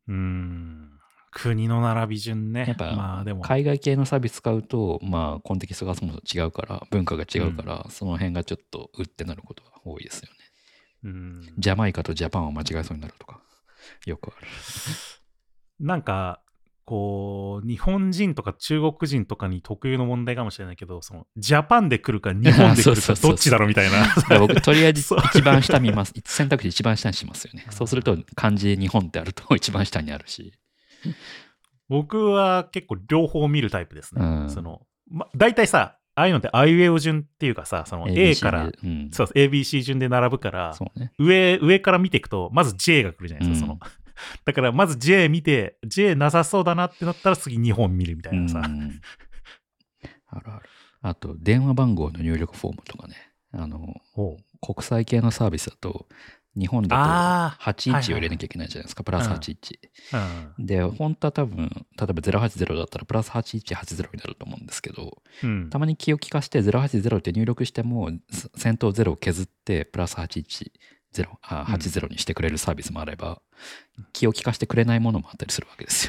国の並び順ね。 やっぱ、海外系のサービス使うと、まあ、コンテキストがそもそも違うから、文化が違うから、その辺がちょっとうってなることが多いですよね。ジャマイカとジャパンを間違えそうになるとか、よくある。 なんか、こう、日本人とか中国人とかに特有の問題かもしれないけど、その、ジャパンで来るか日本で来るかどっちだろうみたいな。 僕、とりあえず一番下見ます。選択肢一番下にしますよね。そうすると、漢字日本ってあると一番下にあるし。 僕は結構両方見るタイプですね。大体さ、ああいうのってアイウェオ順っていうかさ、その A から、そう、ABC 順で並ぶから、上から見ていくと、まず J が来るじゃないですか、だからまず J 見て、J なさそうだなってなったら次日本見るみたいなさ。 あるある。あと、電話番号の入力フォームとかね。国際系のサービスだと、日本だと81を入れなきゃいけないじゃないですか、プラス81。で、本当は多分、例えば080だったらプラス8180になると思うんですけど、たまに気を利かして080って入力しても、先頭0を削って、プラス80にしてくれるサービスもあれば、気を利かしてくれないものもあったりするわけですよ。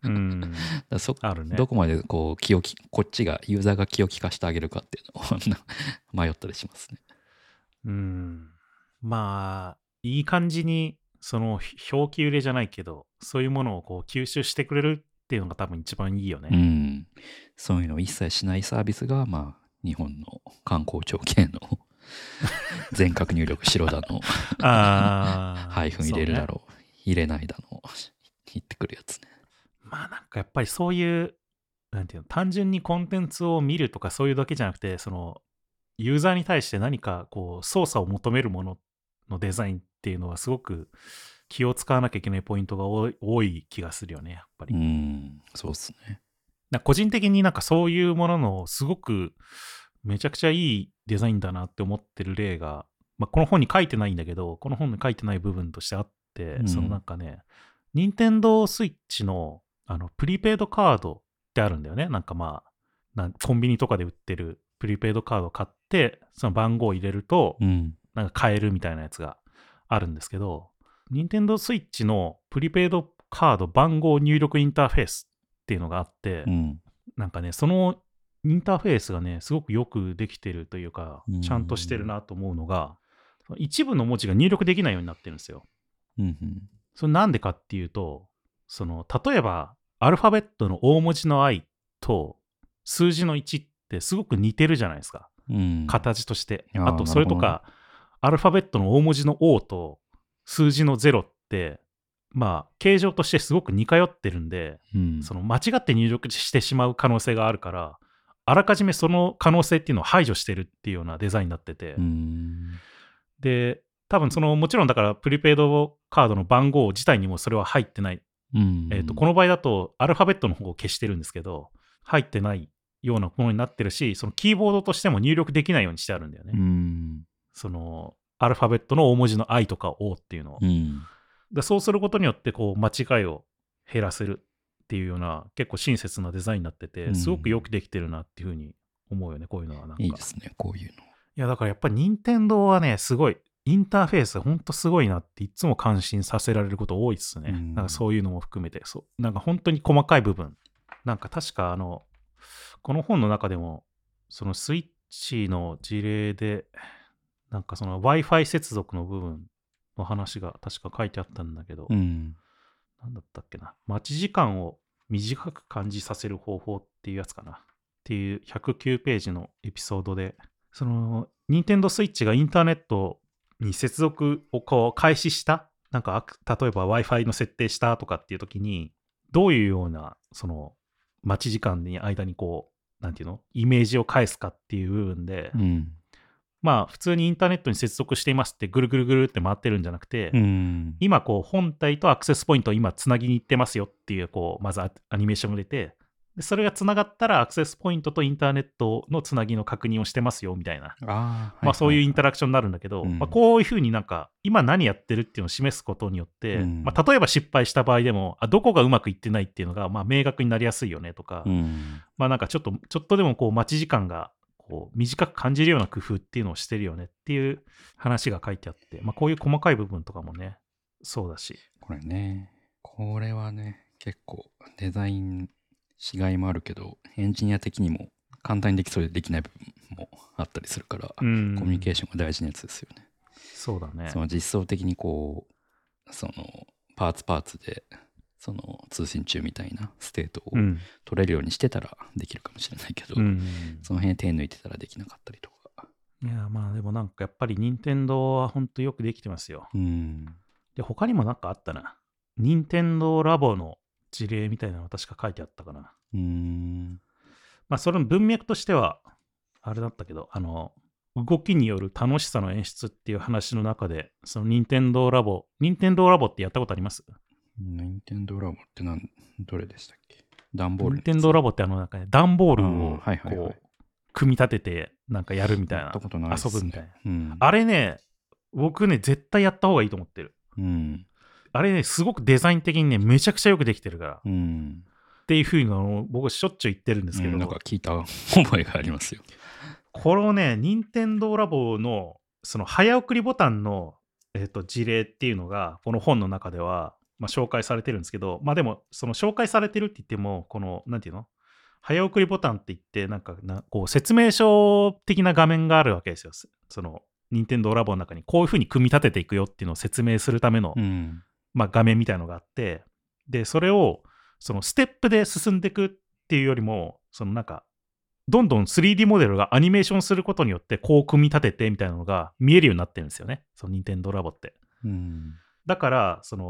どこまでこうこっちが、ユーザーが気を利かしてあげるかっていうのを迷ったりしますね。 まあ、いい感じに、その表記揺れじゃないけど、そういうものをこう吸収してくれるっていうのが多分一番いいよね。 そういうのを一切しないサービスが、まあ、日本の観光庁系の全角入力しろだの、ハイフン入れるだろう、入れないだの、言ってくるやつね。 まあなんかやっぱりそういうなんていうの、単純にコンテンツを見るとかそういうだけじゃなくて、そのユーザーに対して何かこう操作を求めるもののデザインっていうのはすごく気を使わなきゃいけないポイントが多い気がするよね、やっぱり。 そうっすね。 個人的になんかそういうもののすごくめちゃくちゃいいデザインだなって思ってる例が、まあ、この本に書いてないんだけど、この本に書いてない部分としてあって、そのなんかね、任天堂スイッチのプリペイドカードってあるんだよね。なんかまあ、コンビニとかで売ってるプリペイドカードを買って、その番号を入れると、なんか買えるみたいなやつがあるんですけど、任天堂スイッチのプリペイドカード番号入力インターフェースっていうのがあって、なんかね、そのインターフェースがね、すごくよくできてるというか、ちゃんとしてるなと思うのが、一部の文字が入力できないようになってるんですよ。それなんでかっていうと、その例えばアルファベットの大文字の I と数字の1ってすごく似てるじゃないですか、形として。あとそれとか、アルファベットの大文字の O と数字の0ってまあ形状としてすごく似通ってるんで、その間違って入力してしまう可能性があるから、あらかじめその可能性っていうのを排除してるっていうようなデザインになってて、で多分そのもちろんだからプリペイドカードの番号自体にもそれは入ってない、この場合だとアルファベットの方を消してるんですけど、入ってないようなものになってるし、そのキーボードとしても入力できないようにしてあるんだよね。そのアルファベットの大文字の I とか O っていうのを、でそうすることによってこう間違いを減らせるっていうような結構親切なデザインになってて、すごくよくできてるなっていうふうに思うよね、こういうのは。なんかいいですね、こういうの。いやだからやっぱり任天堂はね、すごいインターフェースほんとすごいなっていつも感心させられること多いですね。なんかそういうのも含めて、なんか本当に細かい部分、なんか確かこの本の中でもそのスイッチの事例でなんかその Wi-Fi 接続の部分の話が確か書いてあったんだけど、なんだったっけな、待ち時間を短く感じさせる方法っていうやつかなっていう109ページのエピソードで、その任天堂スイッチがインターネットに接続をこう開始した、なんか例えば Wi-Fi の設定したとかっていう時に、どういうようなその待ち時間の間にこうなんていうのイメージを返すかっていう部分で、まあ普通にインターネットに接続していますってぐるぐるぐるって回ってるんじゃなくて、今こう本体とアクセスポイントを今つなぎに行ってますよっていうこうまずアニメーションが出て、でそれがつながったらアクセスポイントとインターネットのつなぎの確認をしてますよみたいな、まあそういうインタラクションになるんだけど、まあ、こういうふうになんか今何やってるっていうのを示すことによって、まあ、例えば失敗した場合でもどこがうまくいってないっていうのがまあ明確になりやすいよねとか、まあなんかちょっとでもこう待ち時間がこう短く感じるような工夫っていうのをしてるよねっていう話が書いてあって、まあ、こういう細かい部分とかもねそうだし、 これはね結構デザインしがいもあるけどエンジニア的にも簡単にできそうでできない部分もあったりするから、コミュニケーションが大事なやつですよね。 そうだね。 その実装的にこうそのパーツでその通信中みたいなステートを取れるようにしてたらできるかもしれないけど、その辺手抜いてたらできなかったりとか。 いやまあでもなんかやっぱり任天堂は本当よくできてますよ。で他にもなんかあったな、任天堂ラボの事例みたいなの確か書いてあったかな。まあそれの文脈としてはあれだったけど、動きによる楽しさの演出っていう話の中で、その任天堂ラボってやったことあります？ 任天堂ラボってどれでしたっけ？段ボール。 任天堂ラボってなんかね、段ボールをこう組み立ててなんかやるみたいな、遊ぶみたいな、あれね僕ね絶対やった方がいいと思ってる。あれねすごくデザイン的にねめちゃくちゃよくできてるから、っていう風に僕しょっちゅう言ってるんですけど、 なんか聞いた覚えがありますよ。 このね任天堂ラボのその早送りボタンの、事例っていうのがこの本の中では、まあ、紹介されてるんですけど、まあでもその紹介されてるって言ってもこのなんていうの早送りボタンって言ってなんかこう説明書的な画面があるわけですよ。その任天堂ラボの中にこういう風に組み立てていくよっていうのを説明するための、まあ、画面みたいのがあって、でそれをそのステップで進んでいくっていうよりも、そのなんかどんどん 3D モデルがアニメーションすることによってこう組み立ててみたいなのが見えるようになってるんですよね、その任天堂ラボって。だからこ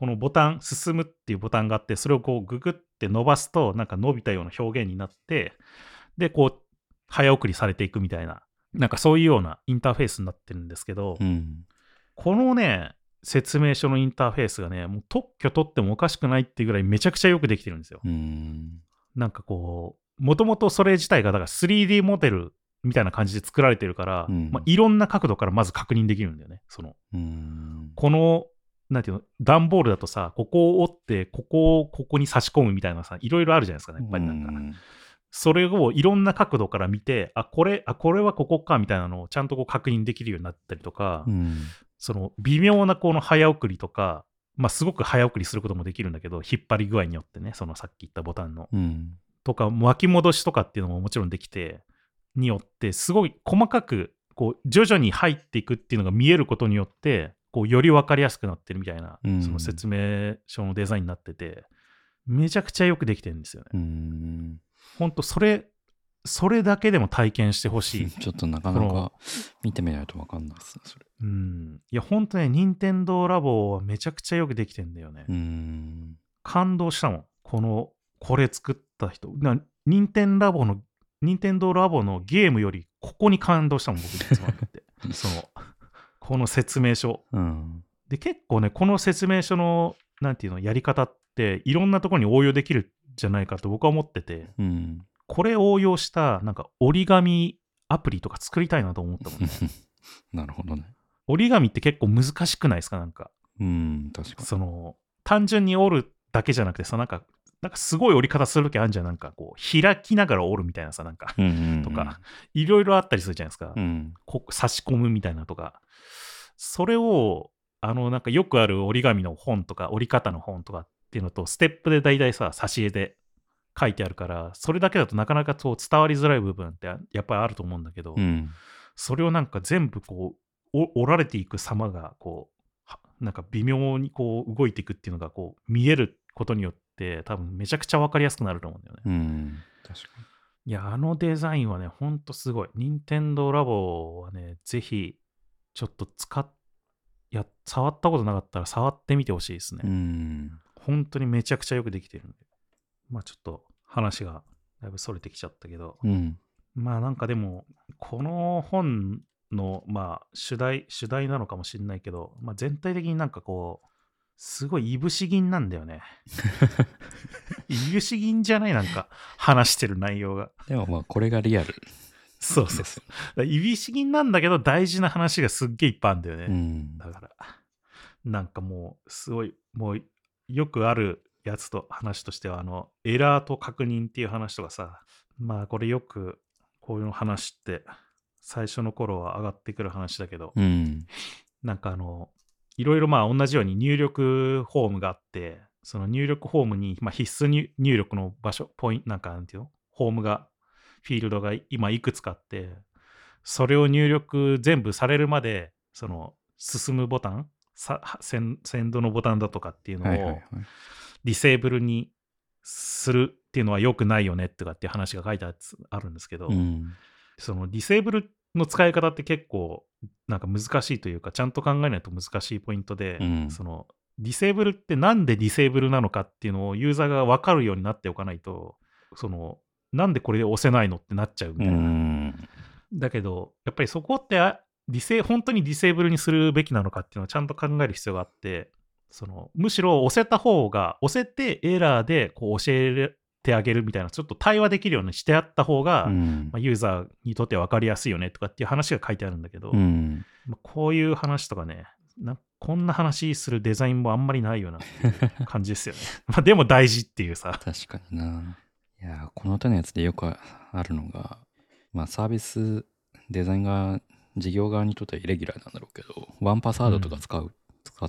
このボタン、進むっていうボタンがあって、それをこうググって伸ばすと、なんか伸びたような表現になって、で、こう、早送りされていくみたいな、なんかそういうようなインターフェースになってるんですけど、このね、説明書のインターフェースがね、もう特許取ってもおかしくないっていうぐらいめちゃくちゃよくできてるんですよ。なんかこう、もともとそれ自体がだから 3D モデルみたいな感じで作られてるから、いろんな角度からまず確認できるんだよね。この、なんていうの、段ボールだとさ、ここを折って、ここをここに差し込むみたいなさ、いろいろあるじゃないですかね、やっぱりなんか。それをいろんな角度から見て、これはここかみたいなのをちゃんとこう確認できるようになったりとか、その微妙なこの早送りとか、すごく早送りすることもできるんだけど、引っ張り具合によってね、そのさっき言ったボタンの。とか、巻き戻しとかっていうのももちろんできて、によって、すごい細かく、こう、徐々に入っていくっていうのが見えることによって、こう、より分かりやすくなってるみたいな、その説明書のデザインになってて、めちゃくちゃよくできてるんですよね。ほんと、それだけでも体験してほしい。 ちょっとなかなか見てみないと分かんないですね、それ。 いや、ほんとね、任天堂ラボはめちゃくちゃよくできてんだよね。感動したもん。これ作った人。任天堂ラボのゲームより、ここに感動したもん、僕いつもって。この説明書。で、結構ね、この説明書の、なんていうの、やり方って、いろんなところに応用できるんじゃないかと僕は思ってて、これを応用した、なんか折り紙アプリとか作りたいなと思ったもんね。 なるほどね。 折り紙って結構難しくないですか、なんか。 確かに。 単純に折るだけじゃなくてさ、なんかすごい折り方するときあるじゃん。なんかこう、開きながら折るみたいなさ、なんか、とか、いろいろあったりするじゃないですか。差し込むみたいなとか。それを、なんかよくある折り紙の本とか、折り方の本とかっていうのと、ステップで大体さ、挿絵で書いてあるから、それだけだとなかなかそう伝わりづらい部分ってやっぱりあると思うんだけど、それをなんか全部こう、折られていく様が、こう、なんか微妙にこう動いていくっていうのがこう見えることによって多分めちゃくちゃ分かりやすくなると思うんだよね。 確かに。 いや、デザインはね、ほんとすごい。任天堂ラボはね、ぜひ、ちょっと触ったことなかったら触ってみてほしいですね。本当にめちゃくちゃよくできてるんで。ちょっと話がだいぶそれてきちゃったけど、なんかでも、この本の、主題なのかもしれないけど、全体的になんかこう、すごいいぶし銀なんだよね。いぶし銀じゃない、なんか話してる内容が。 でもこれがリアル。 そうそうそう。いぶし銀なんだけど大事な話がすっげえいっぱいあるんだよね。だから、なんかもうすごい、もうよくあるやつと話としては、エラーと確認っていう話とかさ、これよくこういうの話って最初の頃は上がってくる話だけど、なんかいろいろ同じように入力フォームがあって、その入力フォームに、必須入力の場所、なんていうのフォームが、フィールドが今いくつかあって、それを入力全部されるまで、その進むボタン、先導のボタンだとかっていうのをディセーブルにするっていうのは良くないよねとかっていう話が書いてあるんですけど、そのディセーブルの使い方って結構なんか難しいというか、ちゃんと考えないと難しいポイントで、そのディセーブルってなんでディセーブルなのかっていうのをユーザーが分かるようになっておかないと、なんでこれ押せないのってなっちゃうみたいな。だけど、やっぱりそこって本当にディセーブルにするべきなのかっていうのをちゃんと考える必要があって、むしろ押せてエラーでこう教えてあげるみたいな、ちょっと対話できるようにしてあった方が、ユーザーにとって分かりやすいよねとかっていう話が書いてあるんだけど、こういう話とかね、こんな話するデザインもあんまりないような感じですよね。でも大事っていうさ。 確かにな。いや、この手のやつでよくあるのが、サービスデザインが事業側にとってはイレギュラーなんだろうけど、ワンパスワードとか使って、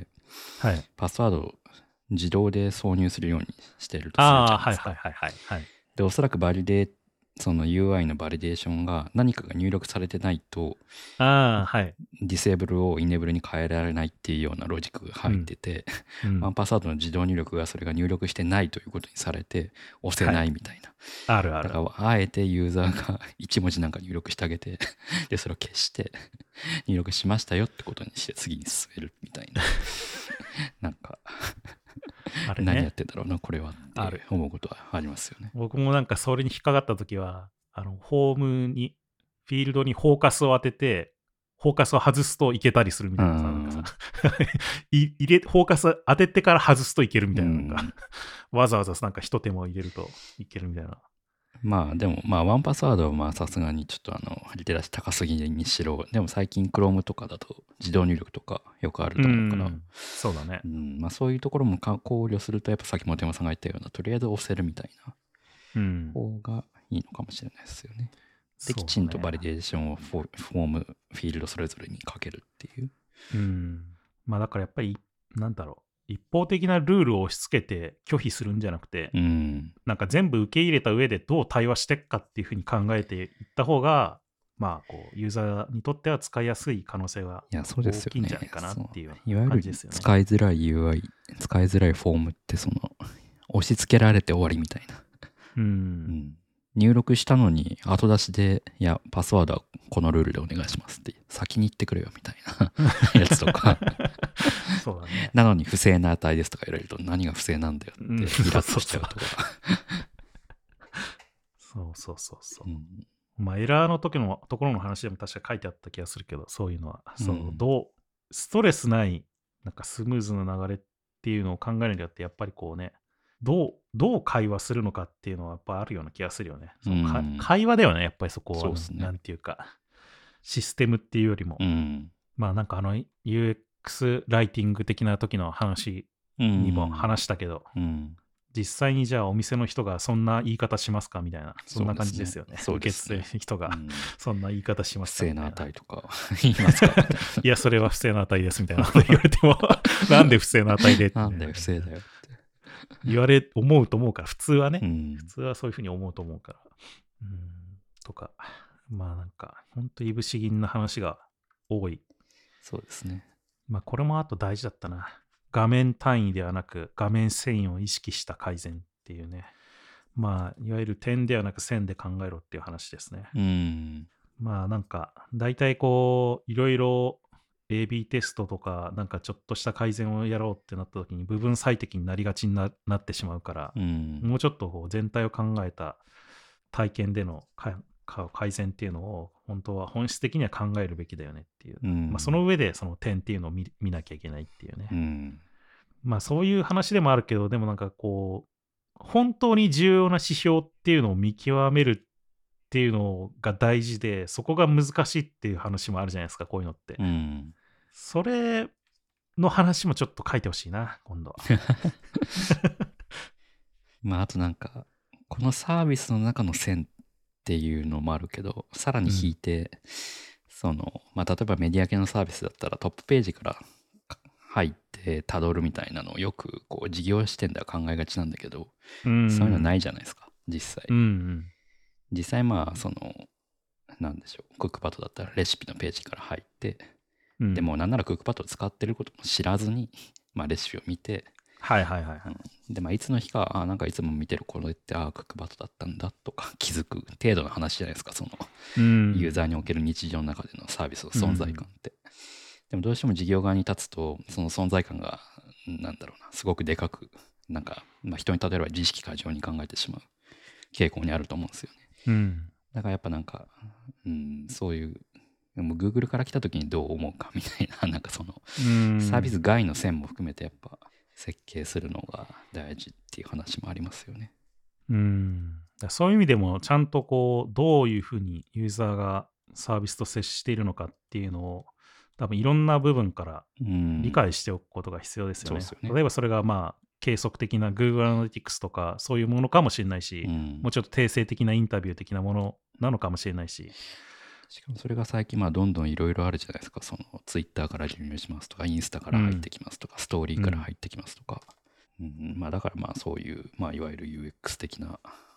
パスワードを自動で挿入するようにしてるとするじゃないですか。で、おそらくバリデーその UI のバリデーションが何かが入力されてないとはい。 ディセーブルをイネーブルに変えられないっていうようなロジックが入ってて、ワンパスワードの自動入力がそれが入力してないということにされて押せないみたいな、 あるある。 だからあえてユーザーが1文字なんか入力してあげてでそれを消して入力しましたよってことにして次に進めるみたいななんかあれね、 何やってんだろうなこれはって思うことはありますよね。 僕もなんかそれに引っかかった時はホームにフィールドにフォーカスを当ててフォーカスを外すといけたりするみたいなさ、なんかさフォーカス当ててから外すといけるみたいな、なんかわざわざなんか一手間を入れるといけるみたいな。 まあでもまあワンパスワードはまあさすがにちょっとリテラシー高すぎにしろ、でも最近 Chrome とかだと自動入力とかよくあると思うから、 そうだね。 まあそういうところも考慮するとやっぱさっきも手間さんが言ったようなとりあえず押せるみたいな方がいいのかもしれないですよね。できちんとバリデーションをフォームフィールドそれぞれにかけるっていう。 まあだからやっぱりなんだろう、一方的なルールを押し付けて拒否するんじゃなくて、なんか全部受け入れた上でどう対話していくかっていうふうに考えていった方が、まあこうユーザーにとっては使いやすい可能性は大きいんじゃないかなっていう感じですよね。 使いづらい UI、使いづらいフォームってその押し付けられて終わりみたいな。入力したのに後出しでいやパスワードはこのルールでお願いしますって先に言ってくれよみたいなやつとかそうだね。 なのに不正な値ですとか言われると何が不正なんだよってイラッとしちゃうとかそう、まあエラーの時のところの話でも確か書いてあった気がするけど、そういうのはどうストレスないなんかスムーズな流れっていうのを考えるんだってやっぱりこうね、どう会話するのかっていうのはやっぱあるような気がするよね。会話だよね、やっぱりそこは。なんていうか、システムっていうよりも。まあなんかUX ライティング的な時の話にも話したけど、実際にじゃあお店の人がそんな言い方しますかみたいな、そんな感じですよね。受付の人がそんな言い方しますかみたいな。不正な値とか言いますかいや、それは不正な値ですみたいなこと言われても、なんで不正な値でなんで不正だよ。 思うと思うから、普通はね、普通はそういうふうに思うと思うから。とか、まあなんか、ほんといぶし銀な話が多い。 そうですね。 まあこれもあと大事だったな。画面単位ではなく、画面遷移を意識した改善っていうね。まあ、いわゆる点ではなく線で考えろっていう話ですね。まあなんか、大体こう、いろいろAB テストとか、なんかちょっとした改善をやろうってなった時に部分最適になりがちに なってしまうから、もうちょっとこう全体を考えた体験での改善っていうのを本当は本質的には考えるべきだよねっていう、まあ、その上でその点っていうのを 見なきゃいけないっていうね、まあそういう話でもあるけど、でもなんかこう本当に重要な指標っていうのを見極めるっていうのが大事で、そこが難しいっていう話もあるじゃないですか、こういうのって。それの話もちょっと書いてほしいな、今度は。 まああとなんかこのサービスの中の線っていうのもあるけど、さらに引いて、まあ例えばメディア系のサービスだったらトップページから入ってたどるみたいなのをよくこう事業視点では考えがちなんだけど、そういうのないじゃないですか実際。実際まあなんでしょう、クックパッドだったらレシピのページから入って、でもなんならクックパッドを使ってることも知らずに、まあ、レシピを見て、でまあいつの日かなんかいつも見てるこれってクックパッドだったんだとか気づく程度の話じゃないですか、ユーザーにおける日常の中でのサービスの存在感って。でもどうしても事業側に立つとその存在感がなんだろうな、すごくでかくなんか、まあ、人に例えば自意識過剰に考えてしまう傾向にあると思うんですよね。だからやっぱなんか、そういうもう Google から来た時にどう思うかみたいな、なんかサービス外の線も含めてやっぱ設計するのが大事っていう話もありますよね。 そういう意味でもちゃんとこうどういうふうにユーザーがサービスと接しているのかっていうのを多分いろんな部分から理解しておくことが必要ですよね。例えばそれがまあ計測的な Google Analytics とかそういうものかもしれないし、もうちょっと定性的なインタビュー的なものなのかもしれないし、 しかもそれが最近まあどんどんいろいろあるじゃないですか。Twitter から流入しますとか、インスタから入ってきますとか、ストーリーから入ってきますとか、まあだからまあそういう、まあいわゆる UX 的な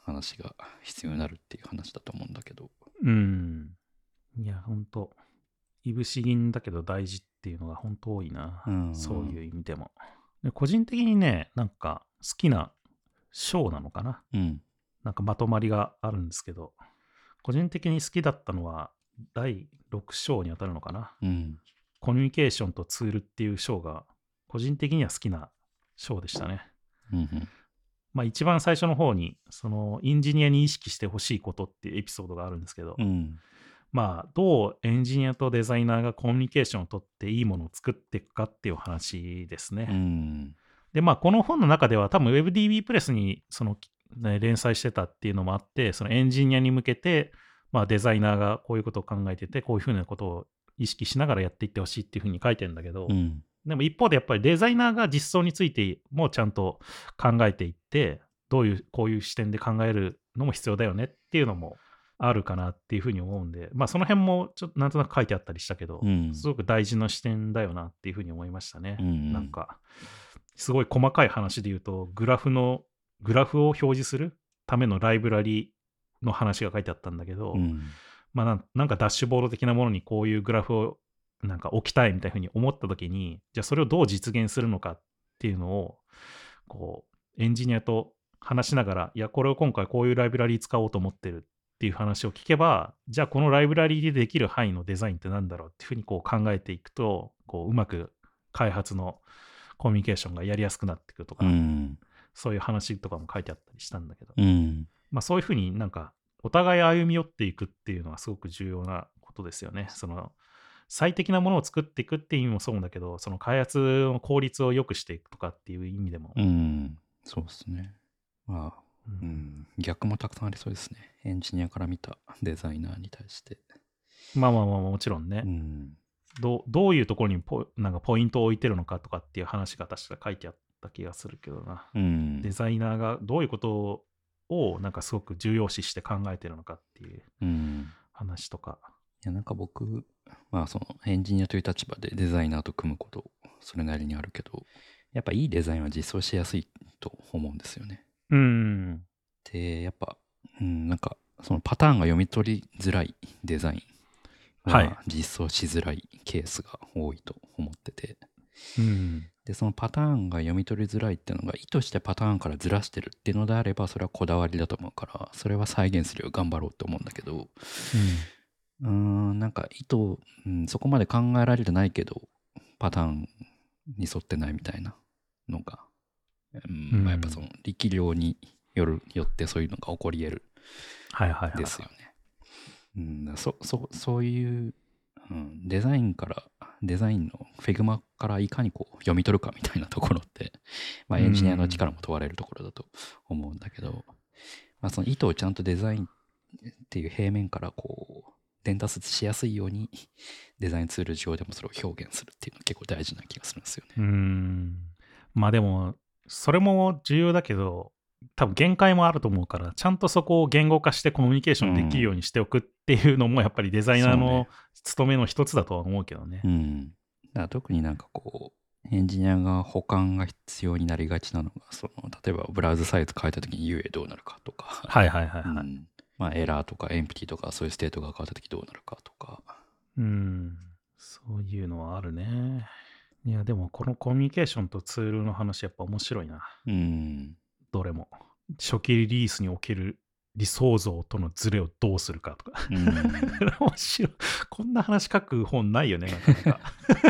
話が必要になるっていう話だと思うんだけど。 いや、ほんと、いぶし銀だけど大事っていうのが本当多いな。そういう意味でも。で個人的にね、なんか好きな章なのかな。なんかまとまりがあるんですけど、個人的に好きだったのは第6章に当たるのかな。コミュニケーションとツールっていう章が個人的には好きな章でしたね。まあ一番最初の方にそのエンジニアに意識してほしいことっていうエピソードがあるんですけど、まあどうエンジニアとデザイナーがコミュニケーションをとっていいものを作っていくかっていう話ですね。でまあこの本の中では多分 WebDB プレスにその、ね、連載してたっていうのもあって、そのエンジニアに向けてまあデザイナーがこういうことを考えてて、こういうふうなことを意識しながらやっていってほしいっていうふうに書いてるんだけど、でも一方でやっぱりデザイナーが実装についてもちゃんと考えていって、こういう視点で考えるのも必要だよねっていうのもあるかなっていうふうに思うんで、まあその辺もちょっとなんとなく書いてあったりしたけど、すごく大事な視点だよなっていうふうに思いましたね。なんか、すごい細かい話で言うと、グラフを表示するためのライブラリの話が書いてあったんだけど、まあなんかダッシュボード的なものにこういうグラフをなんか置きたいみたいなふうに思った時に、じゃあそれをどう実現するのかっていうのをこうエンジニアと話しながら、いやこれを今回こういうライブラリ使おうと思ってるっていう話を聞けば、じゃあこのライブラリでできる範囲のデザインってなんだろうっていうふうにこう考えていくと、こううまく開発のコミュニケーションがやりやすくなってくるとか、そういう話とかも書いてあったりしたんだけど、まあそういうふうになんかお互い歩み寄っていくっていうのはすごく重要なことですよね。その最適なものを作っていくっていう意味もそうだけど、その開発の効率を良くしていくとかっていう意味でも。 そうですね。まあ、逆もたくさんありそうですね。エンジニアから見たデザイナーに対して。 まあもちろんね。どういうところになんかポイントを置いてるのかとかっていう話が確か書いてあった気がするけどな。デザイナーがどういうことをなんかすごく重要視して考えてるのかっていう話とか。 いやなんか僕、まあそのエンジニアという立場でデザイナーと組むことそれなりにあるけど、やっぱいいデザインは実装しやすいと思うんですよね。で、やっぱ、なんかそのパターンが読み取りづらいデザインは実装しづらいケースが多いと思ってて、でそのパターンが読み取りづらいっていうのが意図してパターンからずらしてるっていうのであれば、それはこだわりだと思うから、それは再現するよう頑張ろうと思うんだけど、なんかそこまで考えられてないけどパターンに沿ってないみたいなのが、まあ、やっぱその力量によってそういうのが起こり得るですよね。そういう、デザインのフィグマからいかにこう読み取るかみたいなところって、まあ、エンジニアの力も問われるところだと思うんだけど、まあ、その意図をちゃんとデザインっていう平面からこう伝達しやすいようにデザインツール上でもそれを表現するっていうのは結構大事な気がするんですよね。 まあでもそれも重要だけど、多分限界もあると思うから、ちゃんとそこを言語化してコミュニケーションできるようにしておくっていうのもやっぱりデザイナーの務めの一つだとは思うけどね。 だから特になんかこうエンジニアが保管が必要になりがちなのが、例えばブラウザサイズ変えた時に UA どうなるかとか、まあ、エラーとかエンプティとかそういうステートが変わった時どうなるかとか。 そういうのはあるね。いやでもこのコミュニケーションとツールの話やっぱ面白いな。どれも初期リリースにおける理想像とのズレをどうするかとか。面白い。こんな話書く本ないよね、なかなか。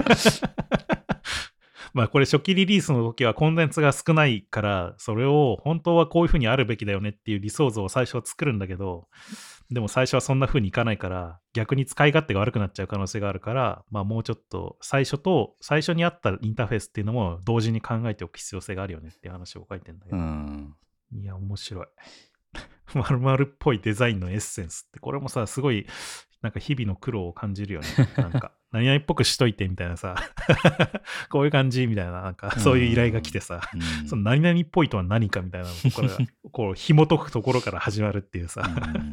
まあこれ初期リリースの時はコンテンツが少ないから、それを本当はこういう風にあるべきだよねっていう理想像を最初は作るんだけど、でも最初はそんな風にいかないから、逆に使い勝手が悪くなっちゃう可能性があるから、まあもうちょっと最初にあったインターフェースっていうのも同時に考えておく必要性があるよねっていう話を書いてんだけど。いや、面白い。〇〇っぽいデザインのエッセンスって、これもさ、すごい、なんか日々の苦労を感じるよね。なんか、何々っぽくしといてみたいなさ、こういう感じみたいな、なんかそういう依頼が来てさ、その何々っぽいとは何かみたいなのこれがこう紐解くところから始まるっていうさ、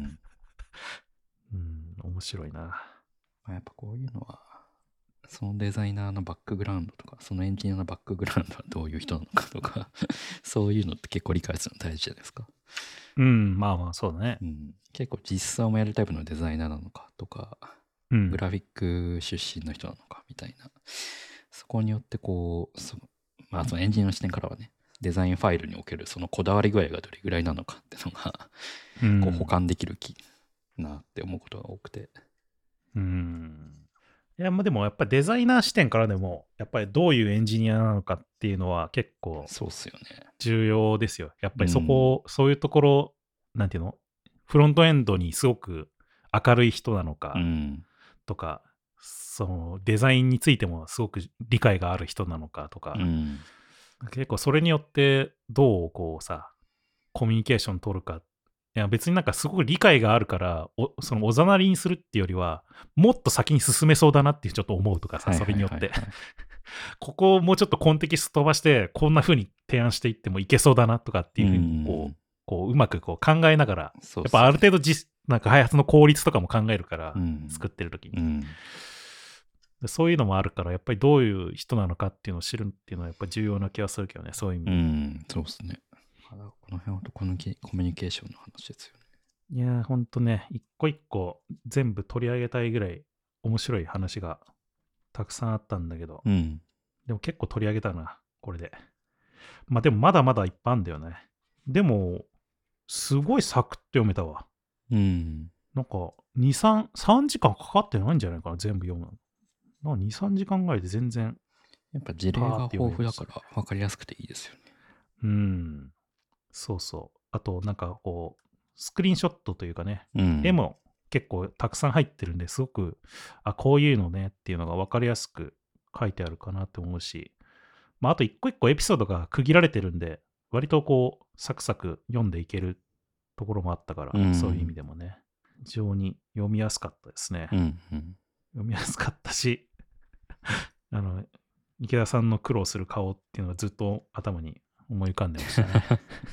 面白いな。 やっぱこういうのは、そのデザイナーのバックグラウンドとか、そのエンジニアのバックグラウンドはどういう人なのかとか、そういうのって結構理解するの大事じゃないですか。 まあまあそうだね。 結構実装もやるタイプのデザイナーなのかとか、グラフィック出身の人なのかみたいな、そこによってこうそのエンジニアの視点からはね、デザインファイルにおけるそのこだわり具合がどれぐらいなのかっていうのが、こう補完できるなって思うことが多くて。 いや、まあでもやっぱりデザイナー視点からでも、やっぱりどういうエンジニアなのかっていうのは結構そうっすよね。 重要ですよ。やっぱりそういうところ、なんていうの、フロントエンドにすごく明るい人なのかとか、そのデザインについてもすごく理解がある人なのかとか、結構それによってどうこうさ、コミュニケーション取るか。いや別になんかすごく理解があるからそのおざなりにするっていうよりはもっと先に進めそうだなってちょっと思うとかさ、それによってここをもうちょっとコンテキスト飛ばしてこんな風に提案していってもいけそうだなとかっていう風にこううまくこう考えながら、やっぱある程度なんか開発の効率とかも考えるから、作ってる時に、そういうのもあるからやっぱりどういう人なのかっていうのを知るっていうのはやっぱり重要な気がするけどね、そういう意味で。 そうですね。この辺はコミュニケーションの話ですよね。いやほんとね、一個一個全部取り上げたいぐらい面白い話がたくさんあったんだけど、でも結構取り上げたな、これで。まあでもまだまだいっぱいあるんだよね。でもすごいサクッと読めたわ。なんか3時間かかってないんじゃないかな、全部読むの。なんか2、3時間ぐらいで全然。 やっぱ事例が豊富だから分かりやすくていいですよね。 そうそう。あとなんかこう、スクリーンショットというかね、絵も結構たくさん入ってるんで、すごく、こういうのねっていうのが分かりやすく書いてあるかなって思うし、まああと一個一個エピソードが区切られてるんで、割とこう、サクサク読んでいけるところもあったから、そういう意味でもね、非常に読みやすかったですね。読みやすかったし、池田さんの苦労する顔っていうのがずっと頭に思い浮かんでましたね。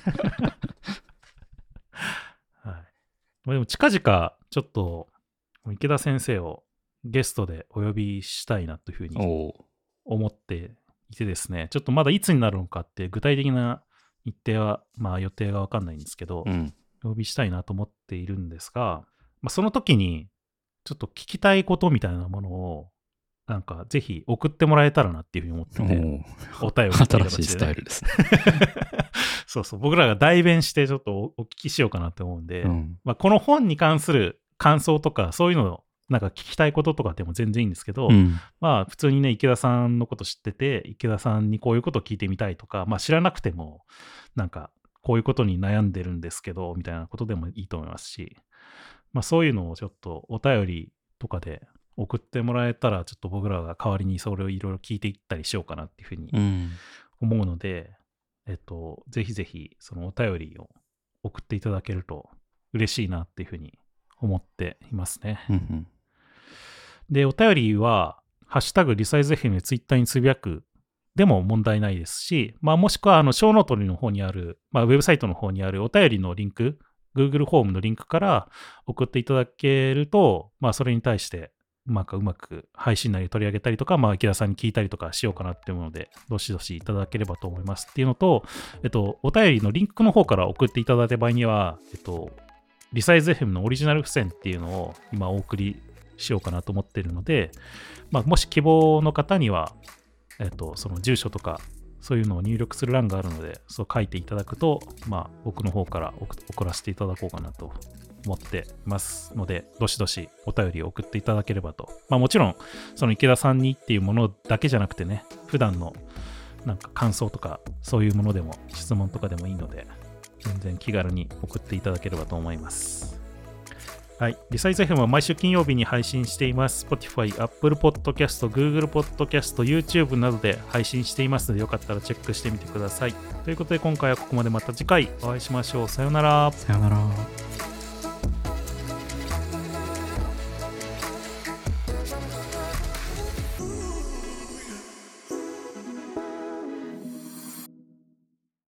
でも近々ちょっと池田先生をゲストでお呼びしたいなというふうに思っていてですね、ちょっとまだいつになるのかって具体的な日程は、まあ予定がわかんないんですけど、お呼びしたいなと思っているんですが、その時にちょっと聞きたいことみたいなものをなんかぜひ送ってもらえたらなっていうふうに思ってて、お便りっていう形で、ね、 新しいスタイルですね。 そうそう、僕らが代弁してちょっとお聞きしようかなって思うんで、この本に関する感想とかそういうのをなんか聞きたいこととかでも全然いいんですけど、普通にね池田さんのこと知ってて、池田さんにこういうことを聞いてみたいとか、知らなくてもなんかこういうことに悩んでるんですけどみたいなことでもいいと思いますし、そういうのをちょっとお便りとかで送ってもらえたら、ちょっと僕らが代わりにそれをいろいろ聞いていったりしようかなっていうふうに思うので、ぜひぜひそのお便りを送っていただけると嬉しいなっていうふうに思っていますね。で、お便りはハッシュタグリサイズ FM でツイッターにつぶやくでも問題ないですし、もしくはショーノートの方にある、ウェブサイトの方にあるお便りのリンク、Google フォームのリンクから送っていただけると、それに対してうまく配信内で取り上げたりとか、池田さんに聞いたりとかしようかなっていうので、どしどしいただければと思いますっていうのと、お便りのリンクの方から送っていただいた場合には、リサイズ FM のオリジナル付箋っていうのを今お送りしようかなと思っているので、もし希望の方には、その住所とかそういうのを入力する欄があるので、そう書いていただくと、僕の方から送らせていただこうかなと思っていますので、どしどしお便りを送っていただければと。もちろんその池田さんにっていうものだけじゃなくてね、普段のなんか感想とかそういうものでも質問とかでもいいので、全然気軽に送っていただければと思います。はい、リサイズ FM は毎週金曜日に配信しています。Spotify、Apple Podcast、Google Podcast、YouTube などで配信していますので、よかったらチェックしてみてください。ということで今回はここまで。また次回お会いしましょう。さようなら。 さようなら。